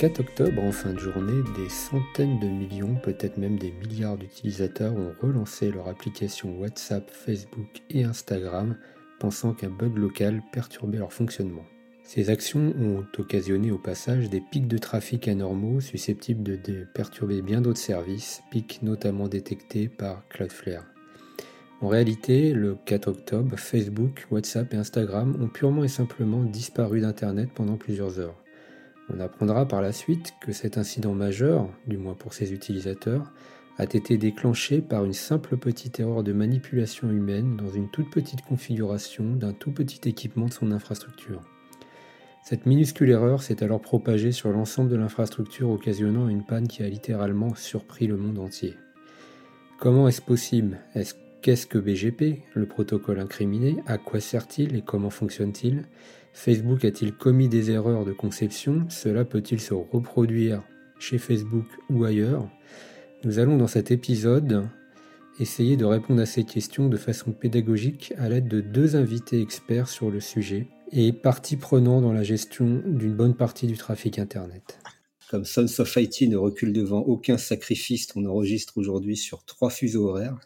4 octobre, en fin de journée, des centaines de millions, peut-être même des milliards d'utilisateurs ont relancé leur application WhatsApp, Facebook et Instagram, pensant qu'un bug local perturbait leur fonctionnement. Ces actions ont occasionné au passage des pics de trafic anormaux susceptibles de perturber bien d'autres services, pics notamment détectés par Cloudflare. En réalité, le 4 octobre, Facebook, WhatsApp et Instagram ont purement et simplement disparu d'Internet pendant plusieurs heures. On apprendra par la suite que cet incident majeur, du moins pour ses utilisateurs, a été déclenché par une simple petite erreur de manipulation humaine dans une toute petite configuration d'un tout petit équipement de son infrastructure. Cette minuscule erreur s'est alors propagée sur l'ensemble de l'infrastructure, occasionnant une panne qui a littéralement surpris le monde entier. Comment est-ce possible ? Qu'est-ce que BGP, le protocole incriminé ? À quoi sert-il et comment fonctionne-t-il ? Facebook a-t-il commis des erreurs de conception ? Cela peut-il se reproduire chez Facebook ou ailleurs ? Nous allons dans cet épisode essayer de répondre à ces questions de façon pédagogique à l'aide de 2 invités experts sur le sujet et partie prenante dans la gestion d'une bonne partie du trafic Internet. Comme Sons of IT ne recule devant aucun sacrifice, on enregistre aujourd'hui sur 3 fuseaux horaires.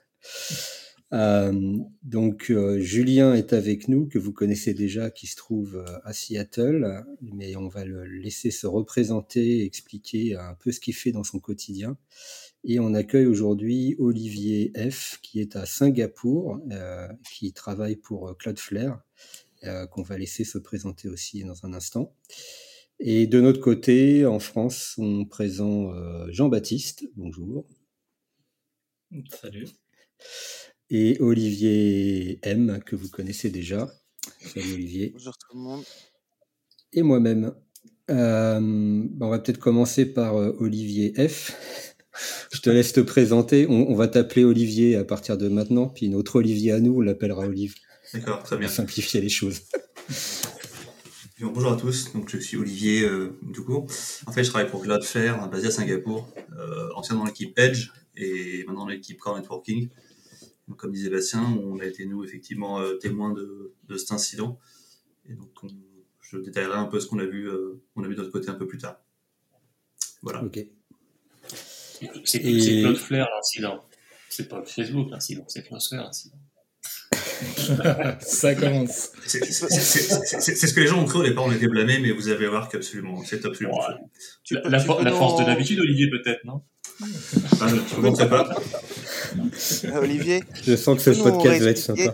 Julien est avec nous, que vous connaissez déjà, qui se trouve à Seattle, mais on va le laisser se représenter, expliquer un peu ce qu'il fait dans son quotidien. Et on accueille aujourd'hui Olivier F, qui est à Singapour, qui travaille pour Cloudflare, qu'on va laisser se présenter aussi dans un instant. Et de notre côté, en France, on présente Jean-Baptiste. Bonjour. Salut. Et Olivier M, que vous connaissez déjà. Salut Olivier. Bonjour tout le monde. Et moi-même. On va peut-être commencer par Olivier F. Je te laisse te présenter. On va t'appeler Olivier à partir de maintenant, puis notre Olivier à nous, on l'appellera Olive. D'accord, très bien. Pour simplifier les choses. Bonjour à tous, donc je suis Olivier Ducourt. En fait, je travaille pour Cloudflare, basé à Singapour, anciennement dans l'équipe Edge et maintenant dans l'équipe Core Networking. Donc, comme disait Bastien, on a été nous effectivement témoins de cet incident. Et donc, je détaillerai un peu ce qu'on a vu de notre côté un peu plus tard. Voilà. Ok. C'est Cloudflare l'incident. C'est pas Facebook l'incident, c'est Cloudflare l'incident. Ça commence. C'est ce que les gens ont cru au départ, on était blâmés, mais vous allez voir qu'absolument, c'est absolument faux. La force de l'habitude, Olivier, peut-être, non ? Je ne montrerai pas. Olivier, je sens que ce podcast va être sympa.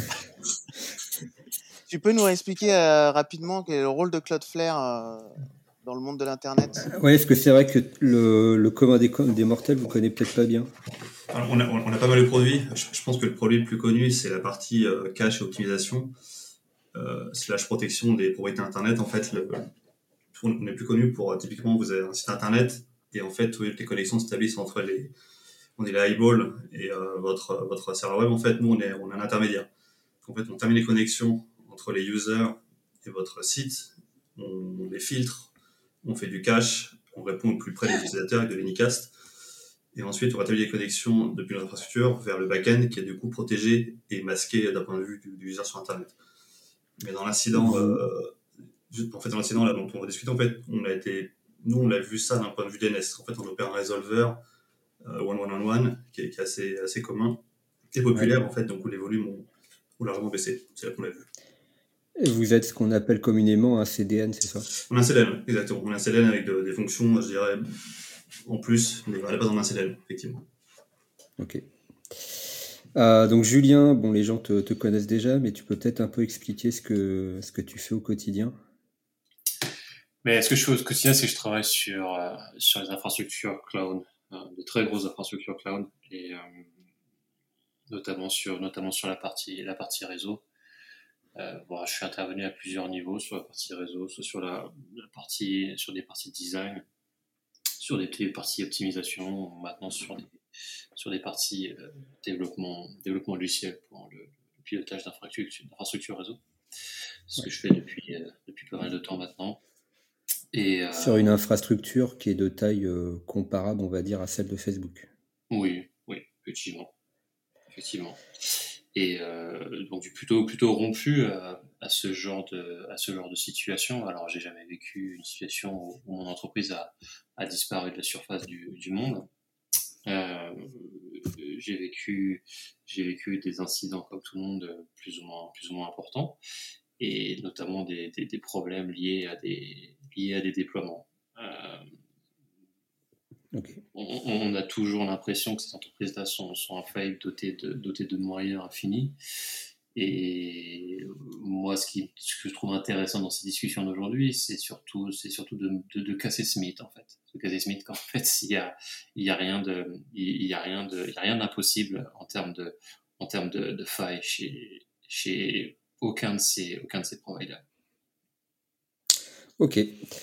Tu peux nous expliquer rapidement quel est le rôle de Cloudflare dans le monde de l'Internet ? Oui, est-ce que c'est vrai que le commun des mortels, vous connaissez peut-être pas bien ? Alors, on a pas mal de produits. Je pense que le produit le plus connu, c'est la partie cache et optimisation, / protection des propriétés Internet. En fait, on est plus connu pour, typiquement, vous avez un site Internet et en fait, toutes les connexions s'établissent entre les eyeballs et votre serveur web. En fait, nous, on est un intermédiaire. En fait, on termine les connexions entre les users et votre site, on les filtre, on fait du cache, on répond au plus près des utilisateurs avec de l'Unicast. Et ensuite, on rétablit les connexions depuis l'infrastructure vers le back-end qui est du coup protégé et masqué d'un point de vue du user sur Internet. Mais dans l'incident, dans l'incident là dont on va discuter, en fait, on a vu ça d'un point de vue DNS. En fait, on opère un resolver 1111 qui est assez commun et populaire, en fait, donc où les volumes ont largement baissé. C'est là qu'on l'a vu. Et vous êtes ce qu'on appelle communément un CDN, c'est ça ? On a un CDN, exactement. On a un CDN avec des fonctions, je dirais, en plus, mais à la base, on a un CDN, effectivement. Ok. Donc Julien, les gens te connaissent déjà, mais tu peux peut-être un peu expliquer ce que tu fais au quotidien. Mais ce que je fais au quotidien, c'est que je travaille sur les infrastructures cloud, de très grosses infrastructures cloud, et notamment sur la partie réseau. Je suis intervenu à plusieurs niveaux sur la partie réseau, soit sur sur des parties design, sur des parties optimisation, maintenant sur des parties développement logiciel pour le pilotage d'infrastructure réseau. C'est ce que je fais depuis pas mal de temps maintenant. Et, sur une infrastructure qui est de taille comparable, on va dire, à celle de Facebook. Oui, effectivement. Et donc plutôt rompu à ce genre de situation. Alors j'ai jamais vécu une situation où mon entreprise a disparu de la surface du monde. J'ai vécu des incidents comme tout le monde plus ou moins importants, et notamment des problèmes liés à des déploiements. Ok. On a toujours l'impression que ces entreprises-là sont un fail dotées de moyens infinis. Et moi, ce que je trouve intéressant dans ces discussions d'aujourd'hui, c'est surtout de casser ce mythe, en fait. De casser ce mythe qu'en fait, il y a rien d'impossible en termes de failles chez aucun de ces providers. Ok.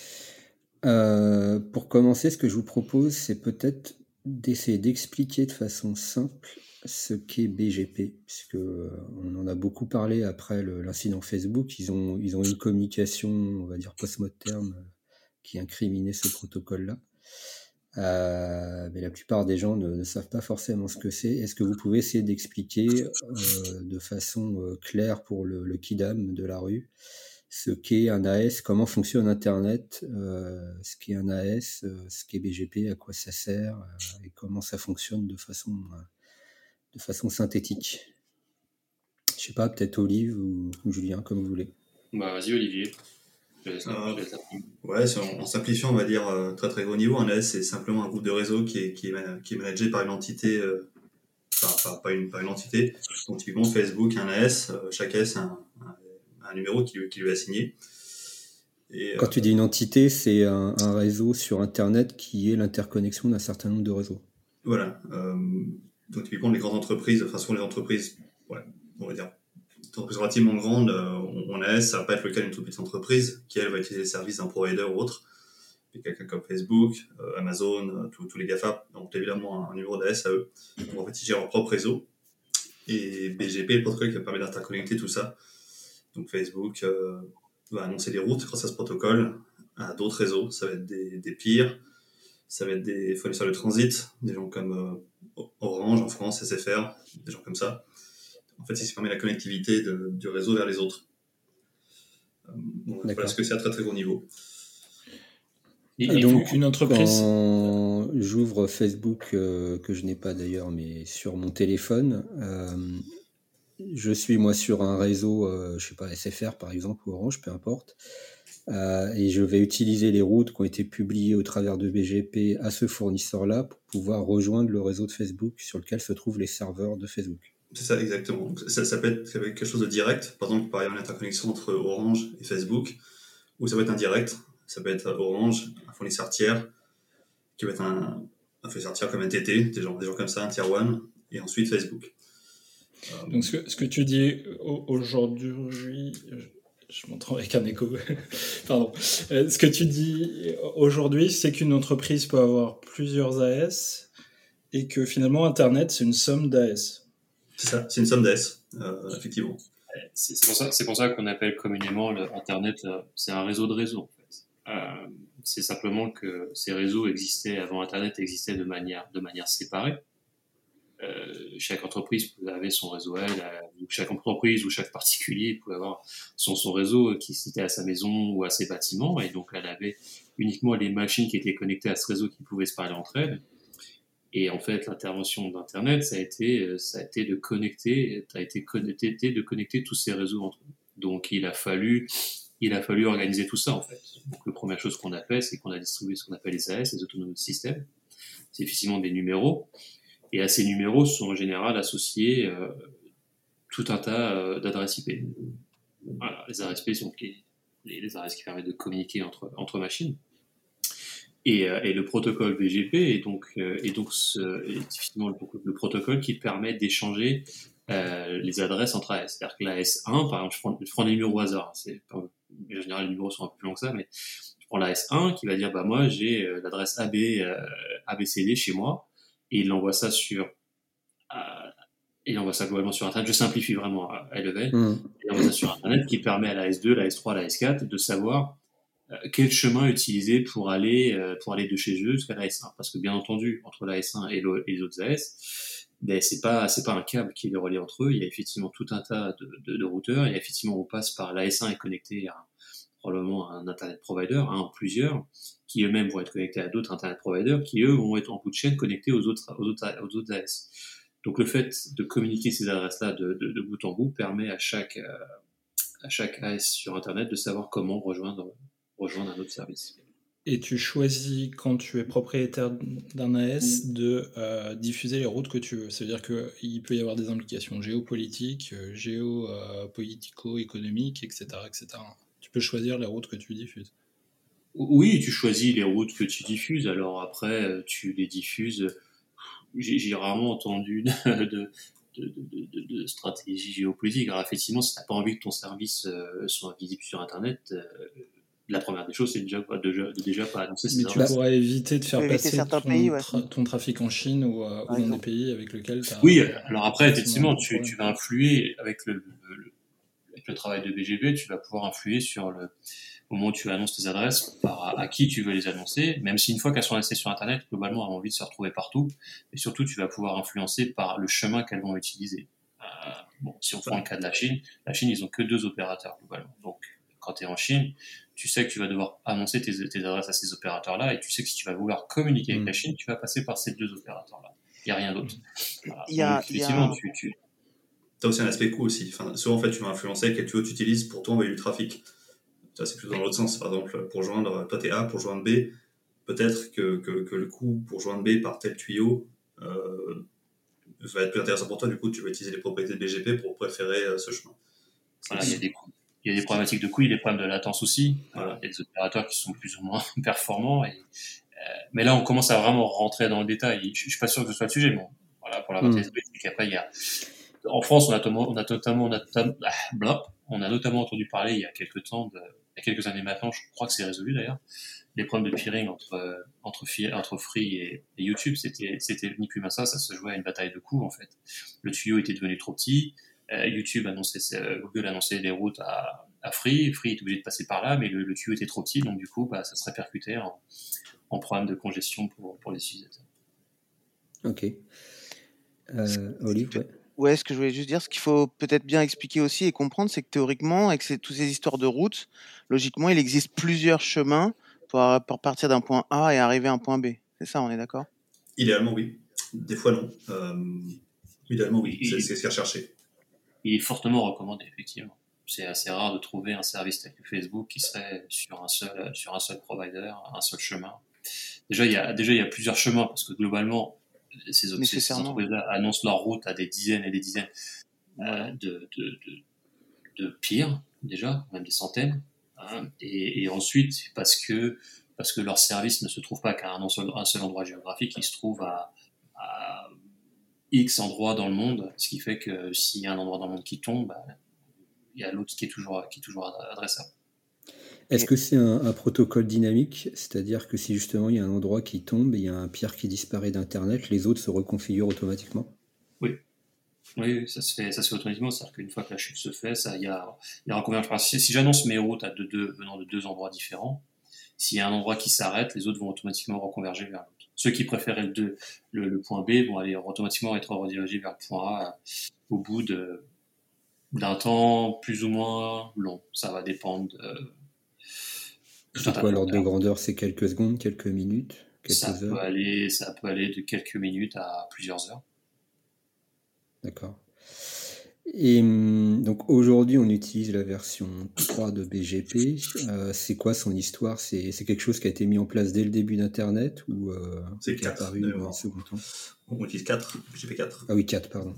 Pour commencer, ce que je vous propose, c'est peut-être d'essayer d'expliquer de façon simple ce qu'est BGP, puisque on en a beaucoup parlé après l'incident Facebook. Ils ont une communication, on va dire post-moderne, qui incriminait ce protocole-là. Mais la plupart des gens ne savent pas forcément ce que c'est. Est-ce que vous pouvez essayer d'expliquer de façon claire pour le kidam de la rue ce qu'est un AS, comment fonctionne Internet, ce qu'est un AS, ce qu'est BGP, à quoi ça sert, et comment ça fonctionne de façon synthétique. Je sais pas, peut-être Olive ou Julien, comme vous voulez. Bah vas-y Olivier. Ouais, en simplifiant, on va dire très très gros niveau, un AS c'est simplement un groupe de réseau qui est managé par une entité, pas une entité. Donc typiquement Facebook, un AS, chaque AS a un numéro qui lui est assigné. Et, quand tu dis une entité, c'est un réseau sur Internet qui est l'interconnexion d'un certain nombre de réseaux. Voilà. Donc typiquement les grandes entreprises, enfin souvent les entreprises, ouais, on va dire entreprises relativement grandes, on AS, ça va pas être le cas d'une toute petite entreprise qui elle va utiliser les services d'un provider ou autre. Et quelqu'un comme Facebook, Amazon, tous les GAFA ont évidemment un numéro d'AS à eux. Donc en fait ils gèrent leur propre réseau. Et BGP est le protocole qui va permettre d'interconnecter tout ça. Donc Facebook va annoncer des routes grâce à ce protocole à d'autres réseaux. Ça va être des peers, ça va être des fournisseurs de transit, des gens comme Orange en France, SFR, des gens comme ça. En fait, c'est ce qui permet la connectivité du réseau vers les autres. Voilà ce que c'est à très très gros niveau. Et donc, une entreprise. Quand j'ouvre Facebook, que je n'ai pas d'ailleurs, mais sur mon téléphone, je suis moi sur un réseau, je sais pas, SFR par exemple, ou Orange, peu importe, et je vais utiliser les routes qui ont été publiées au travers de BGP à ce fournisseur-là pour pouvoir rejoindre le réseau de Facebook sur lequel se trouvent les serveurs de Facebook. C'est ça, exactement. Donc, ça peut être quelque chose de direct, par exemple, par exemple, l'interconnexion entre Orange et Facebook, ou ça peut être indirect, ça peut être Orange, un fournisseur tiers, qui va être un fournisseur tiers comme un TT, des gens comme ça, un tier 1, et ensuite Facebook. Donc ce que tu dis aujourd'hui, je m'entends avec un écho, pardon. Ce que tu dis aujourd'hui, c'est qu'une entreprise peut avoir plusieurs AS et que finalement Internet, c'est une somme d'AS. C'est ça, c'est une somme d'AS, effectivement. C'est pour ça qu'on appelle communément Internet, c'est un réseau de réseaux, en fait. C'est simplement que ces réseaux existaient avant Internet, existaient de manière séparée. Chaque entreprise avait son réseau chaque entreprise ou chaque particulier pouvait avoir son réseau qui était à sa maison ou à ses bâtiments, et donc elle avait uniquement les machines qui étaient connectées à ce réseau qui pouvaient se parler entre elles. Et en fait, l'intervention d'Internet, ça a été de connecter tous ces réseaux entre eux. Donc il a fallu organiser tout ça, en fait. Donc la première chose qu'on a fait, c'est qu'on a distribué ce qu'on appelle les AS, les autonomous systems. C'est effectivement des numéros. Et à ces numéros sont en général associés tout un tas d'adresses IP. Voilà, les adresses IP sont les adresses qui permettent de communiquer entre machines. Et le protocole BGP est donc effectivement le protocole qui permet d'échanger les adresses entre AS. C'est-à-dire que la S1, par exemple, je prends des numéros au hasard. En général, les numéros sont un peu plus longs que ça, mais je prends la S1 qui va dire moi j'ai l'adresse ABCD chez moi. Et il envoie ça globalement sur Internet. Je simplifie vraiment à level. Il envoie ça sur Internet qui permet à la S2, la S3, la S4 de savoir quel chemin utiliser pour aller de chez eux jusqu'à la S1. Parce que bien entendu, entre la S1 et les autres AS, mais c'est pas un câble qui les relie entre eux. Il y a effectivement tout un tas de routeurs. Il y a effectivement, on passe par l'AS1 est connecté à probablement à un internet provider, un ou plusieurs, qui eux-mêmes vont être connectés à d'autres internet providers, qui eux vont être en bout de chaîne connectés aux autres AS. Donc le fait de communiquer ces adresses-là de bout en bout permet à chaque AS sur internet de savoir comment rejoindre un autre service. Et tu choisis, quand tu es propriétaire d'un AS, de diffuser les routes que tu veux. C'est-à-dire qu'il peut y avoir des implications géopolitiques, géopolitico-économiques, etc., etc. Tu peux choisir les routes que tu diffuses. Oui, tu choisis les routes que tu diffuses. Alors après, tu les diffuses. J'ai rarement entendu de stratégie géopolitique. Alors effectivement, si tu n'as pas envie que ton service soit visible sur Internet, la première des choses, c'est déjà pas annoncer ses adresses. Mais tu pourrais éviter de faire passer ton trafic en Chine ou dans des pays avec lesquels tu as... Oui, alors après, effectivement, tu vas influer avec le travail de BGP, tu vas pouvoir influer sur au moment où tu annonces tes adresses, à qui tu veux les annoncer, même si une fois qu'elles sont laissées sur Internet, globalement, elles ont envie de se retrouver partout, et surtout, tu vas pouvoir influencer par le chemin qu'elles vont utiliser. Si on prend le cas de la Chine, ils ont que 2 opérateurs, globalement. Donc, quand tu es en Chine, tu sais que tu vas devoir annoncer tes adresses à ces opérateurs-là, et tu sais que si tu vas vouloir communiquer avec la Chine, tu vas passer par ces 2 opérateurs-là. Il n'y a rien d'autre. Voilà. Donc, effectivement, tu as aussi un aspect coût aussi. Enfin, souvent, en fait, tu vas influencer quel tuyau tu utilises pour toi envoyer du trafic. Ça, c'est plutôt dans l'autre sens. Par exemple, pour joindre, toi, t'es A, pour joindre B, peut-être que le coût pour joindre B par tel tuyau va être plus intéressant pour toi. Du coup, tu vas utiliser les propriétés de BGP pour préférer ce chemin. Voilà, il y a des coûts. Il y a des problématiques de coûts, il y a des problèmes de latence aussi. Voilà. Il y a des opérateurs qui sont plus ou moins performants. Mais là, on commence à vraiment rentrer dans le détail. Je suis pas sûr que ce soit le sujet, mais bon, voilà, pour la partie historique. Après, en France, on a notamment entendu parler il y a quelques années maintenant, je crois que c'est résolu d'ailleurs, les problèmes de peering entre Free et YouTube. C'était ni plus mal ça se jouait à une bataille de coûts en fait. Le tuyau était devenu trop petit. Google annonçait les routes à Free est obligé de passer par là, mais le tuyau était trop petit, donc du coup, ça se répercutait en problème de congestion pour les utilisateurs. Ok. Olive, ouais. Ouais, ce que je voulais juste dire, ce qu'il faut peut-être bien expliquer aussi et comprendre, c'est que théoriquement, avec toutes ces histoires de routes, logiquement, il existe plusieurs chemins pour partir d'un point A et arriver à un point B. C'est ça, on est d'accord ? Idéalement, oui. Des fois, non. Idéalement, oui. C'est ce qui est recherché. Il est fortement recommandé, effectivement. C'est assez rare de trouver un service tel que Facebook qui serait sur un seul provider, un seul chemin. Déjà, il y a plusieurs chemins parce que globalement, ces entreprises-là annoncent leur route à des dizaines et des dizaines de peers, déjà, même des centaines. Hein, et ensuite, parce que leur service ne se trouve pas qu'à un seul endroit géographique, il se trouve à X endroits dans le monde, ce qui fait que s'il y a un endroit dans le monde qui tombe, il y a l'autre qui est toujours adressable. Est-ce que c'est un protocole dynamique, c'est-à-dire que si justement il y a un endroit qui tombe et il y a un peer qui disparaît d'Internet, les autres se reconfigurent automatiquement ? Oui, ça se fait automatiquement, c'est-à-dire qu'une fois que la chute se fait, il y a un convergence. Si j'annonce mes routes venant de 2 endroits différents, s'il y a un endroit qui s'arrête, les autres vont automatiquement reconverger vers l'autre. Ceux qui préféraient le point B vont aller automatiquement être redirigés vers le point A au bout d'un temps plus ou moins long. Ça va dépendre C'est quoi l'ordre de grandeur ? C'est quelques secondes, quelques minutes, quelques heures ? Ça peut aller de quelques minutes à plusieurs heures. D'accord. Et donc aujourd'hui, on utilise la version 3 de BGP. C'est quoi son histoire ? C'est quelque chose qui a été mis en place dès le début d'Internet ou c'est qui est apparu dans un second temps ? On utilise 4, BGP 4. Ah oui, 4, pardon.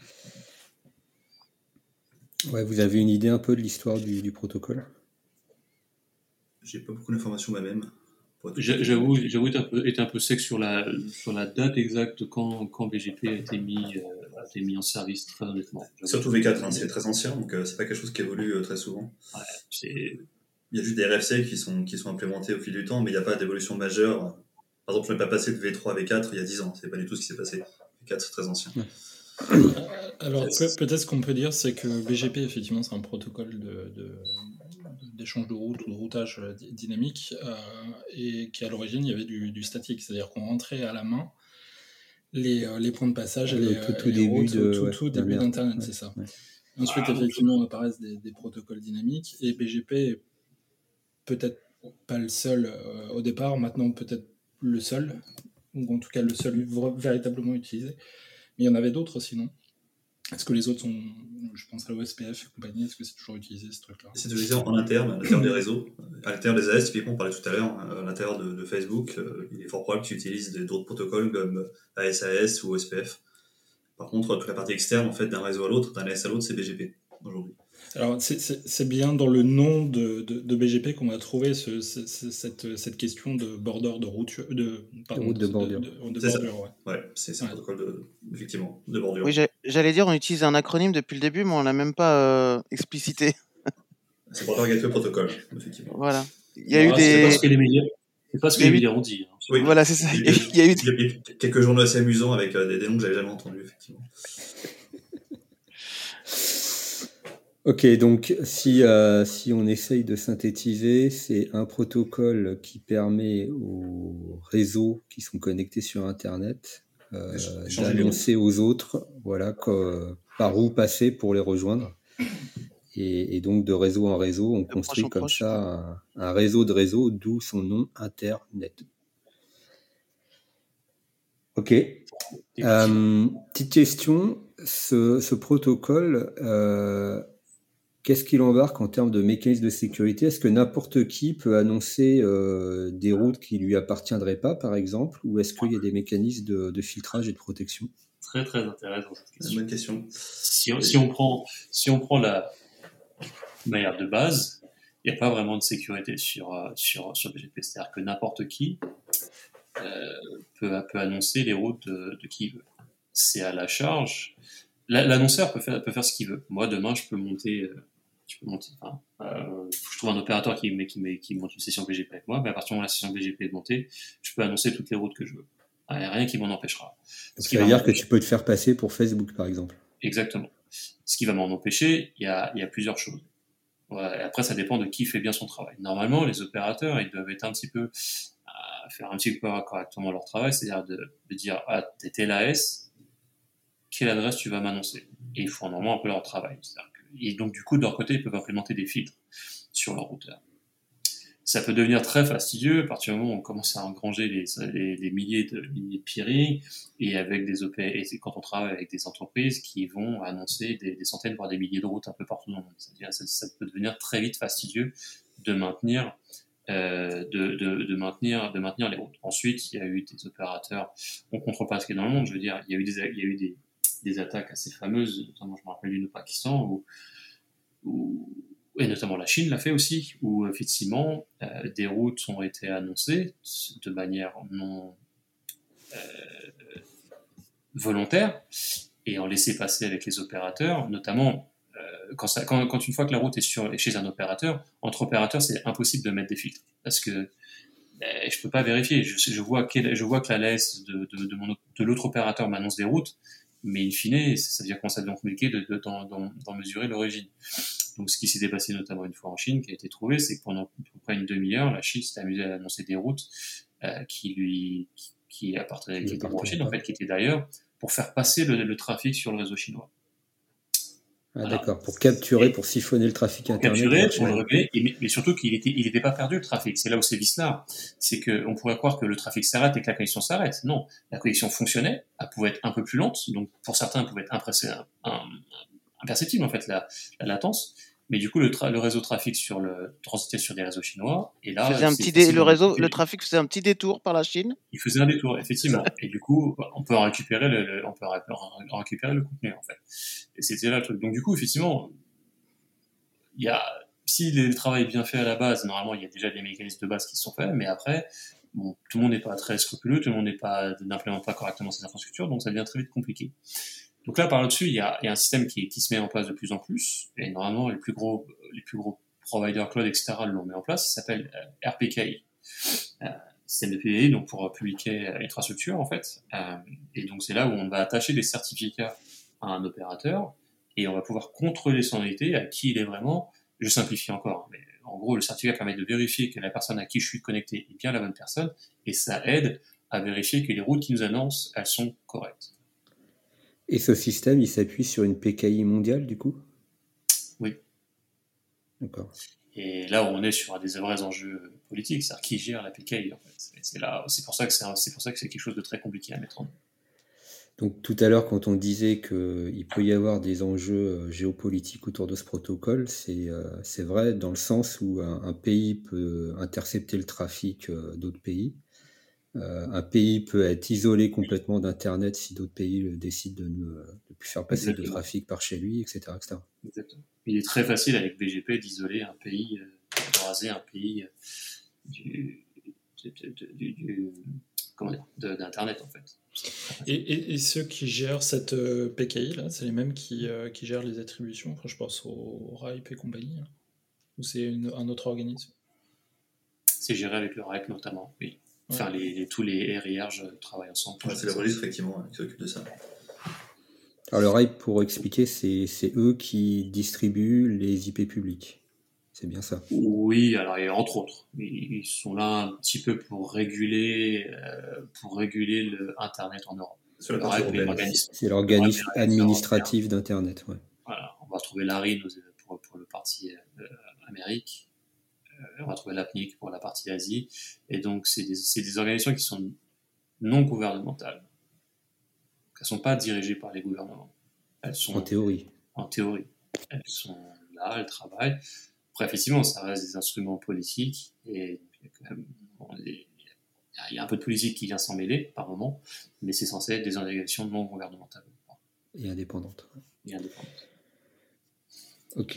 Ouais, vous avez une idée un peu de l'histoire du protocole ? J'ai pas beaucoup d'informations moi-même. J'avoue être un peu sec sur la date exacte quand BGP a été mis en service, très honnêtement. Surtout V4, c'est très ancien, donc c'est pas quelque chose qui évolue très souvent. Ouais, il y a juste des RFC qui sont implémentés au fil du temps, mais il n'y a pas d'évolution majeure. Par exemple, je ne vais pas passer de V3 à V4 il y a 10 ans, c'est pas du tout ce qui s'est passé. V4, c'est très ancien. Alors peut-être ce qu'on peut dire, c'est que BGP, effectivement, c'est un protocole d'échange de route ou de routage dynamique, et qu'à l'origine, il y avait du statique, c'est-à-dire qu'on rentrait à la main les points de passage et tout les début routes tout début d'Internet, ouais, c'est ça. ouais. Ensuite, effectivement, apparaissent des protocoles dynamiques et BGP est peut-être pas le seul au départ, maintenant peut-être le seul, ou en tout cas le seul véritablement utilisé. Mais il y en avait d'autres aussi, non ? Est-ce que les autres sont, je pense à l'OSPF et compagnie, est-ce que c'est toujours utilisé ce truc-là ? C'est utilisé en interne, à l'intérieur des réseaux, à l'intérieur des AS, typiquement on parlait tout à l'heure, à l'intérieur de Facebook, il est fort probable qu'ils utilisent d'autres protocoles comme ASAS ou OSPF. Par contre, toute la partie externe, en fait, d'un réseau à l'autre, d'un AS à l'autre, c'est BGP aujourd'hui. Alors, c'est bien dans le nom de BGP qu'on a trouvé cette question de border de route de bordure. De bordure, ouais, c'est un protocole effectivement de bordure. Oui, j'allais dire, on utilise un acronyme depuis le début, mais on l'a même pas explicité. C'est Border Gateway Protocol, effectivement. Voilà. Il y a eu des. C'est pas ce que les médias ont dit. Hein. Oui, voilà, c'est ça. Il y a eu quelques journaux assez amusants avec des noms que j'avais jamais entendus, effectivement. Ok, donc si on essaye de synthétiser, c'est un protocole qui permet aux réseaux qui sont connectés sur Internet d'annoncer aux autres, voilà, par où passer pour les rejoindre. Et donc de réseau en réseau, on construit comme ça un réseau de réseaux, d'où son nom Internet. Ok. Petite question, ce protocole, qu'est-ce qu'il embarque en termes de mécanismes de sécurité ? Est-ce que n'importe qui peut annoncer des routes qui ne lui appartiendraient pas, par exemple, ou est-ce qu'il y a des mécanismes de filtrage et de protection ? Très très intéressant cette question. Bonne question. Si on prend la manière de base, il n'y a pas vraiment de sécurité sur BGP. C'est-à-dire que n'importe qui peut annoncer les routes de qui il veut. C'est à la charge. L'annonceur peut faire ce qu'il veut. Moi, demain, je trouve un opérateur qui monte une session BGP avec moi, mais à partir du moment où la session BGP est montée, je peux annoncer toutes les routes que je veux. Il n'y a rien qui m'en empêchera. Donc, ça veut dire que tu peux te faire passer pour Facebook, par exemple. Exactement. Ce qui va m'en empêcher, il y a plusieurs choses. Ouais, et après, ça dépend de qui fait bien son travail. Normalement, les opérateurs, ils doivent être faire un petit peu correctement leur travail, c'est-à-dire de dire, t'es TLAS, quelle adresse tu vas m'annoncer ? Et ils font normalement un peu leur travail. Et donc, du coup, de leur côté, ils peuvent implémenter des filtres sur leur routeur. Ça peut devenir très fastidieux à partir du moment où on commence à engranger les milliers de peering et quand on travaille avec des entreprises qui vont annoncer des centaines voire des milliers de routes un peu partout dans le monde. C'est-à-dire ça peut devenir très vite fastidieux de maintenir de maintenir les routes. Ensuite, il y a eu des opérateurs, on contrôle pas ce qui est dans le monde, je veux dire, il y a eu des attaques assez fameuses, notamment je me rappelle d'une au Pakistan et notamment la Chine l'a fait aussi, où effectivement des routes ont été annoncées de manière non volontaire et en laissé passer avec les opérateurs, notamment quand une fois que la route est chez un opérateur, entre opérateurs c'est impossible de mettre des filtres parce que je peux pas vérifier. Je vois que la LAS de l'autre opérateur m'annonce des routes, mais in fine, ça devient compliqué d'en mesurer l'origine. Donc, ce qui s'est passé notamment une fois en Chine, qui a été trouvé, c'est que pendant à peu près une demi-heure, la Chine s'est amusée à annoncer des routes qui appartenaient en Chine, en fait, qui étaient d'ailleurs pour faire passer le trafic sur le réseau chinois. Ah, voilà. D'accord, pour capturer, pour siphonner le trafic Internet. Pour le régler, mais surtout qu'il était pas perdu le trafic. C'est là où c'est vicelard. C'est qu'on pourrait croire que le trafic s'arrête et que la connexion s'arrête. Non, la connexion fonctionnait, elle pouvait être un peu plus lente, donc pour certains, elle pouvait être imperceptible en fait la latence. Mais du coup, le réseau trafic transitait sur des réseaux chinois. Et là, le trafic faisait un petit détour par la Chine. Il faisait un détour, effectivement. Et du coup, on peut en récupérer le contenu, en fait. Et c'était là le truc. Donc, du coup, effectivement, si le travail est bien fait à la base, normalement, il y a déjà des mécanismes de base qui sont faits, mais après, bon, tout le monde n'est pas très scrupuleux, tout le monde n'implémente pas correctement ces infrastructures, donc ça devient très vite compliqué. Donc là, par là-dessus, il y a un système qui se met en place de plus en plus, et normalement, les plus gros providers cloud, etc., l'ont mis en place. Il s'appelle RPKI, système de PKI, donc pour publier infrastructure, en fait. Et donc, c'est là où on va attacher des certificats à un opérateur, et on va pouvoir contrôler son identité, à qui il est vraiment. Je simplifie encore, mais en gros, le certificat permet de vérifier que la personne à qui je suis connecté est bien la bonne personne, et ça aide à vérifier que les routes qu'ils nous annoncent, elles sont correctes. Et ce système, il s'appuie sur une PKI mondiale, du coup? Oui. D'accord. Et là où on est sur des vrais enjeux politiques, c'est-à-dire qui gère la PKI en fait. C'est pour ça que c'est quelque chose de très compliqué à mettre en œuvre. Donc tout à l'heure, quand on disait qu'il peut y avoir des enjeux géopolitiques autour de ce protocole, c'est vrai dans le sens où un pays peut intercepter le trafic d'autres pays. Un pays peut être isolé complètement d'Internet si d'autres pays décident de ne plus faire passer de Exactement. trafic par chez lui, etc. Exactement. Il est très facile avec BGP d'isoler un pays, de raser un pays d'Internet en fait. Et ceux qui gèrent cette PKI, là, c'est les mêmes qui gèrent les attributions. Enfin, je pense au RIPE et compagnie. Là. Ou c'est un autre organisme? C'est géré avec le RIPE notamment, oui. Ouais. Enfin, tous les RIRG travaillent ensemble. C'est le registre effectivement qui s'occupe de ça. Alors le RIPE, pour expliquer, c'est eux qui distribuent les IP publics. C'est bien ça. Oui, alors et entre autres, ils sont là un petit peu pour réguler le Internet en Europe. Sur la partie européenne. C'est l'organisme administratif d'Internet. Ouais. Voilà, on va retrouver l'ARIN pour le parti Amérique, on va trouver l'APNIC pour la partie Asie, et donc c'est des organisations qui sont non gouvernementales. Elles ne sont pas dirigées par les gouvernements. Elles sont, en théorie. En théorie. Elles sont là, elles travaillent. Après, effectivement, ça reste des instruments politiques et il y a un peu de politique qui vient s'en mêler par moment, mais c'est censé être des organisations non gouvernementales. Et indépendantes. Ok.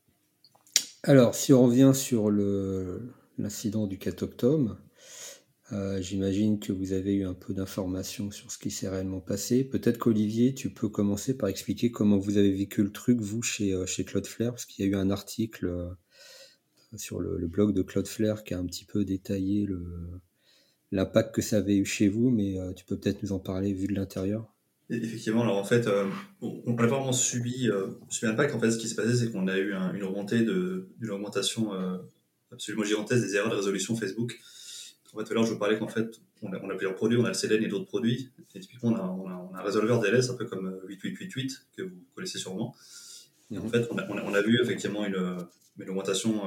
Alors, si on revient sur l'incident du 4 octobre, j'imagine que vous avez eu un peu d'informations sur ce qui s'est réellement passé. Peut-être qu'Olivier, tu peux commencer par expliquer comment vous avez vécu le truc, vous, chez Cloudflare, parce qu'il y a eu un article sur le blog de Cloudflare qui a un petit peu détaillé l'impact que ça avait eu chez vous, mais tu peux peut-être nous en parler vu de l'intérieur. Effectivement, alors en fait, on n'a pas vraiment subi l'impact. En fait, ce qui s'est passé, c'est qu'on a eu une remontée d'une augmentation absolument gigantesque des erreurs de résolution Facebook. En fait, tout à l'heure, je vous parlais qu'en fait, on a plusieurs produits, on a le CDN et d'autres produits. Et typiquement, on a un résolveur DLS, un peu comme 8888, que vous connaissez sûrement. Et en fait, on a vu effectivement une augmentation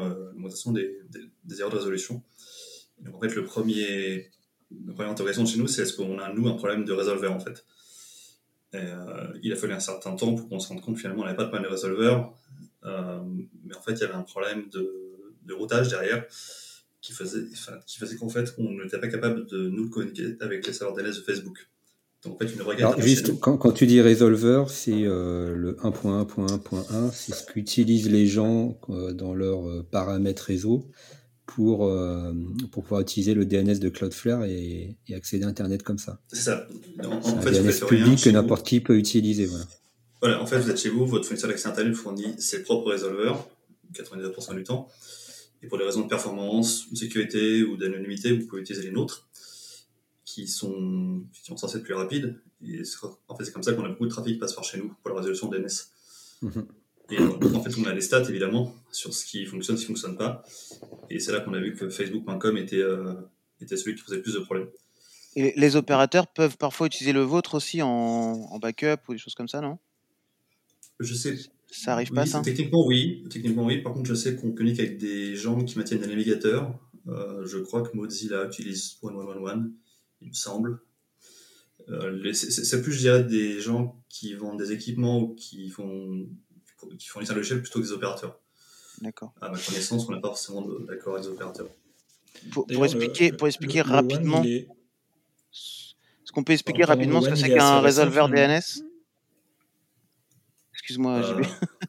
des erreurs de résolution. Et donc, en fait, la première interrogation chez nous, c'est est-ce qu'on a, nous, un problème de résolveur, en fait. Et, il a fallu un certain temps pour qu'on se rende compte finalement on n'avait pas de problème de résolveur, mais en fait il y avait un problème de routage derrière qui faisait qu'en fait on n'était pas capable de nous communiquer avec les serveurs DNS de Facebook. Donc en fait une requête. Alors juste quand tu dis résolveur, c'est le 1.1.1.1, c'est ce qu'utilisent les gens dans leurs paramètres réseau pour pouvoir utiliser le DNS de Cloudflare et accéder à Internet comme ça. C'est ça. C'est un DNS public que n'importe qui peut utiliser. Voilà, en fait, vous êtes chez vous, votre fournisseur d'accès Internet fournit ses propres résolveurs, 99% du temps. Et pour des raisons de performance, de sécurité ou d'anonymité, vous pouvez utiliser les nôtres, qui sont censés être plus rapides. Et en fait, c'est comme ça qu'on a beaucoup de trafic qui passe par chez nous pour la résolution DNS. Mm-hmm. Et donc, en fait, on a les stats, évidemment, sur ce qui fonctionne, ce qui ne fonctionne pas. Et c'est là qu'on a vu que Facebook.com était celui qui posait le plus de problèmes. Et les opérateurs peuvent parfois utiliser le vôtre aussi en backup ou des choses comme ça, non ? Je sais. Ça arrive pas, ça ? Techniquement, oui. Par contre, je sais qu'on communique avec des gens qui maintiennent des navigateurs. Je crois que Mozilla utilise 1111, il me semble. C'est plus, je dirais, des gens qui vendent des équipements ou qui fournissent un logiciel plutôt que des opérateurs. D'accord. À ma connaissance, on n'a pas forcément d'accord avec les opérateurs. Pour expliquer rapidement, est-ce qu'on peut expliquer rapidement ce que c'est qu'un résolveur DNS ? Excuse-moi, JB.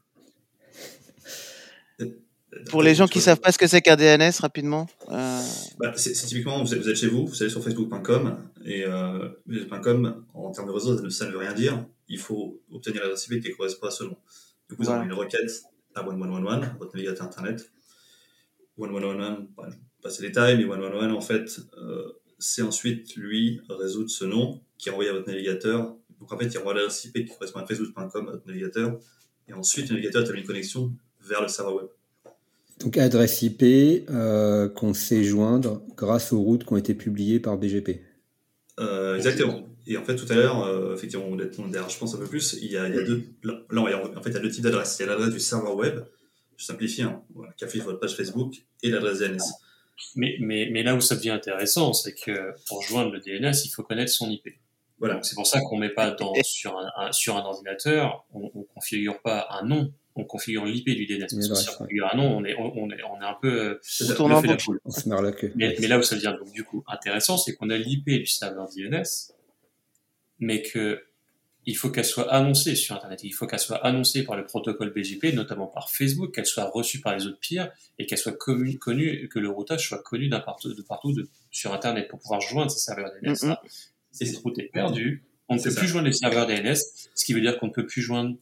Pour les gens qui ne savent pas ce que c'est qu'un DNS, rapidement. C'est typiquement, vous êtes chez vous, vous allez sur facebook.com, et facebook.com, en termes de réseau, ça ne veut rien dire. Il faut obtenir l'adresse IP qui correspond à ce nom. Donc vous avez une requête à 1111, votre navigateur Internet. 1111, je passe les détails, mais 1111, en fait, c'est ensuite, lui, résoudre ce nom qui est envoyé à votre navigateur. Donc en fait, il envoie l'adresse IP qui correspond à facebook.com à votre navigateur, et ensuite, le navigateur établit une connexion vers le serveur web. Donc adresse IP qu'on sait joindre grâce aux routes qui ont été publiées par BGP. Exactement. Et en fait, tout à l'heure, effectivement, on je pense un peu plus. Il y a deux. Là, en fait, il y a deux types d'adresses. Il y a l'adresse du serveur web, je simplifie, hein, voilà, qui affiche votre page Facebook, et l'adresse DNS. Mais là où ça devient intéressant, c'est que pour joindre le DNS, il faut connaître son IP. Voilà. Donc c'est pour ça qu'on met pas sur un ordinateur, on configure pas un nom, on configure l'IP du DNS. Parce que si on configure un nom, on est un peu on tourne en boucle. On se marre la queue. Mais là où ça devient donc du coup intéressant, c'est qu'on a l'IP du serveur DNS, mais que il faut qu'elle soit annoncée sur Internet. Il faut qu'elle soit annoncée par le protocole BGP, notamment par Facebook, qu'elle soit reçue par les autres peers et qu'elle soit connue, que le routage soit connu de partout sur Internet pour pouvoir joindre ces serveurs DNS. Si cette route est perdue, on ne peut plus joindre les serveurs DNS, ce qui veut dire qu'on ne peut plus joindre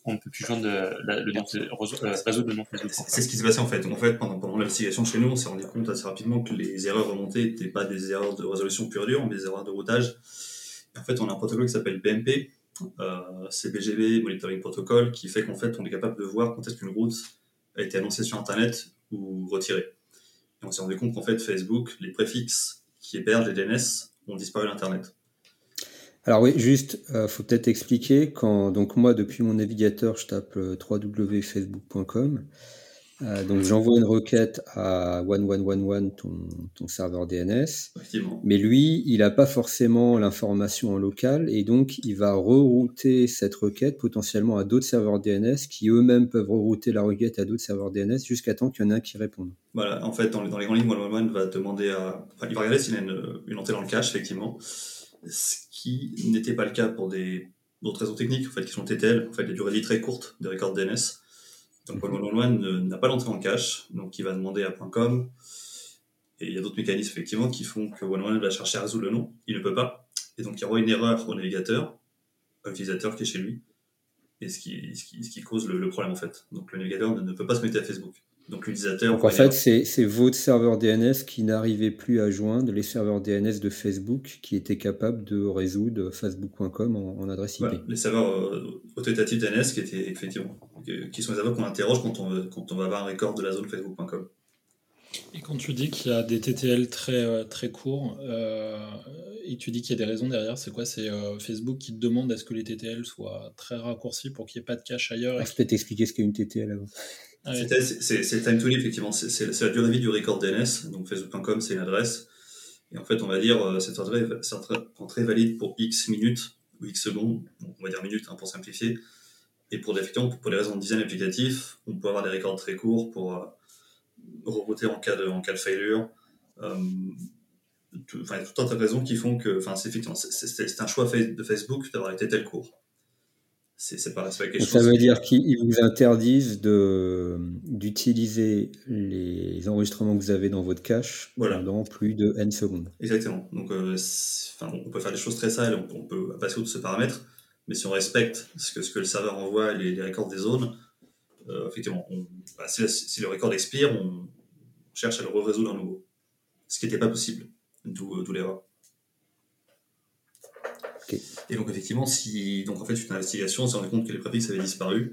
réseau de nom Facebook. C'est ce qui s'est passé en fait. Donc, en fait, pendant l'investigation chez nous, on s'est rendu compte assez rapidement que les erreurs remontées n'étaient pas des erreurs de résolution pure dure, mais des erreurs de routage. Et en fait, on a un protocole qui s'appelle BMP, c'est BGP Monitoring Protocol, qui fait qu'en fait, on est capable de voir quand est-ce qu'une route a été annoncée sur Internet ou retirée. Et on s'est rendu compte qu'en fait, Facebook, les préfixes qui hébergent les DNS ont disparu d'Internet. Alors oui, juste, faut peut-être expliquer, donc moi, depuis mon navigateur, je tape www.facebook.com, donc j'envoie une requête à 1111, ton serveur DNS, mais lui, il n'a pas forcément l'information en local, et donc il va rerouter cette requête potentiellement à d'autres serveurs DNS, qui eux-mêmes peuvent rerouter la requête à d'autres serveurs DNS, jusqu'à temps qu'il y en ait un qui réponde. Voilà, en fait, dans les grandes lignes, 1111 va demander il va regarder s'il y a une entrée dans le cache, effectivement, ce qui n'était pas le cas pour d'autres réseaux techniques, en fait, qui sont TTL, en fait, des durées de vie très courtes des records DNS. Donc, 1111 n'a pas l'entrée en cache, donc il va demander à .com, et il y a d'autres mécanismes, effectivement, qui font que 1111 va chercher à résoudre le nom, il ne peut pas, et donc il envoie une erreur au navigateur, à l'utilisateur qui est chez lui, et ce qui cause le problème, en fait. Donc, le navigateur ne peut pas se mettre à Facebook. Donc l'utilisateur. Donc en fait, c'est votre serveur DNS qui n'arrivait plus à joindre les serveurs DNS de Facebook qui étaient capables de résoudre facebook.com en adresse IP. Voilà, les serveurs autoritatifs DNS qui étaient effectivement, qui sont les serveurs qu'on interroge quand on va avoir un record de la zone facebook.com. Et quand tu dis qu'il y a des TTL très, très courts, et tu dis qu'il y a des raisons derrière, c'est quoi? C'est Facebook qui te demande à ce que les TTL soient très raccourcis pour qu'il n'y ait pas de cache ailleurs. Alors, je peux t'expliquer ce qu'est une TTL avant. Ah oui. C'est time to live, effectivement. C'est la durée de vie du record DNS. Donc facebook.com, c'est une adresse. Et en fait, on va dire cette entrée valide pour X minutes ou X secondes. Donc, on va dire minutes pour simplifier. Et pour les raisons de design applicatif, on peut avoir des records très courts pour rerouter en cas de failure. Tout un tas de raisons qui font que, c'est un choix de Facebook d'avoir été tel court. C'est pas quelque chose. Ça veut dire qu'ils vous interdisent d'utiliser les enregistrements que vous avez dans votre cache pendant plus de N secondes. Exactement. Donc, on peut faire des choses très sales, on peut passer outre ce paramètre, mais si on respecte ce que le serveur envoie, les records des zones, effectivement, si le record expire, on cherche à le résoudre à nouveau. Ce qui n'était pas possible, d'où l'erreur. Okay. Et donc effectivement, suite à une investigation, on s'est rendu compte que les préfixes avaient disparu.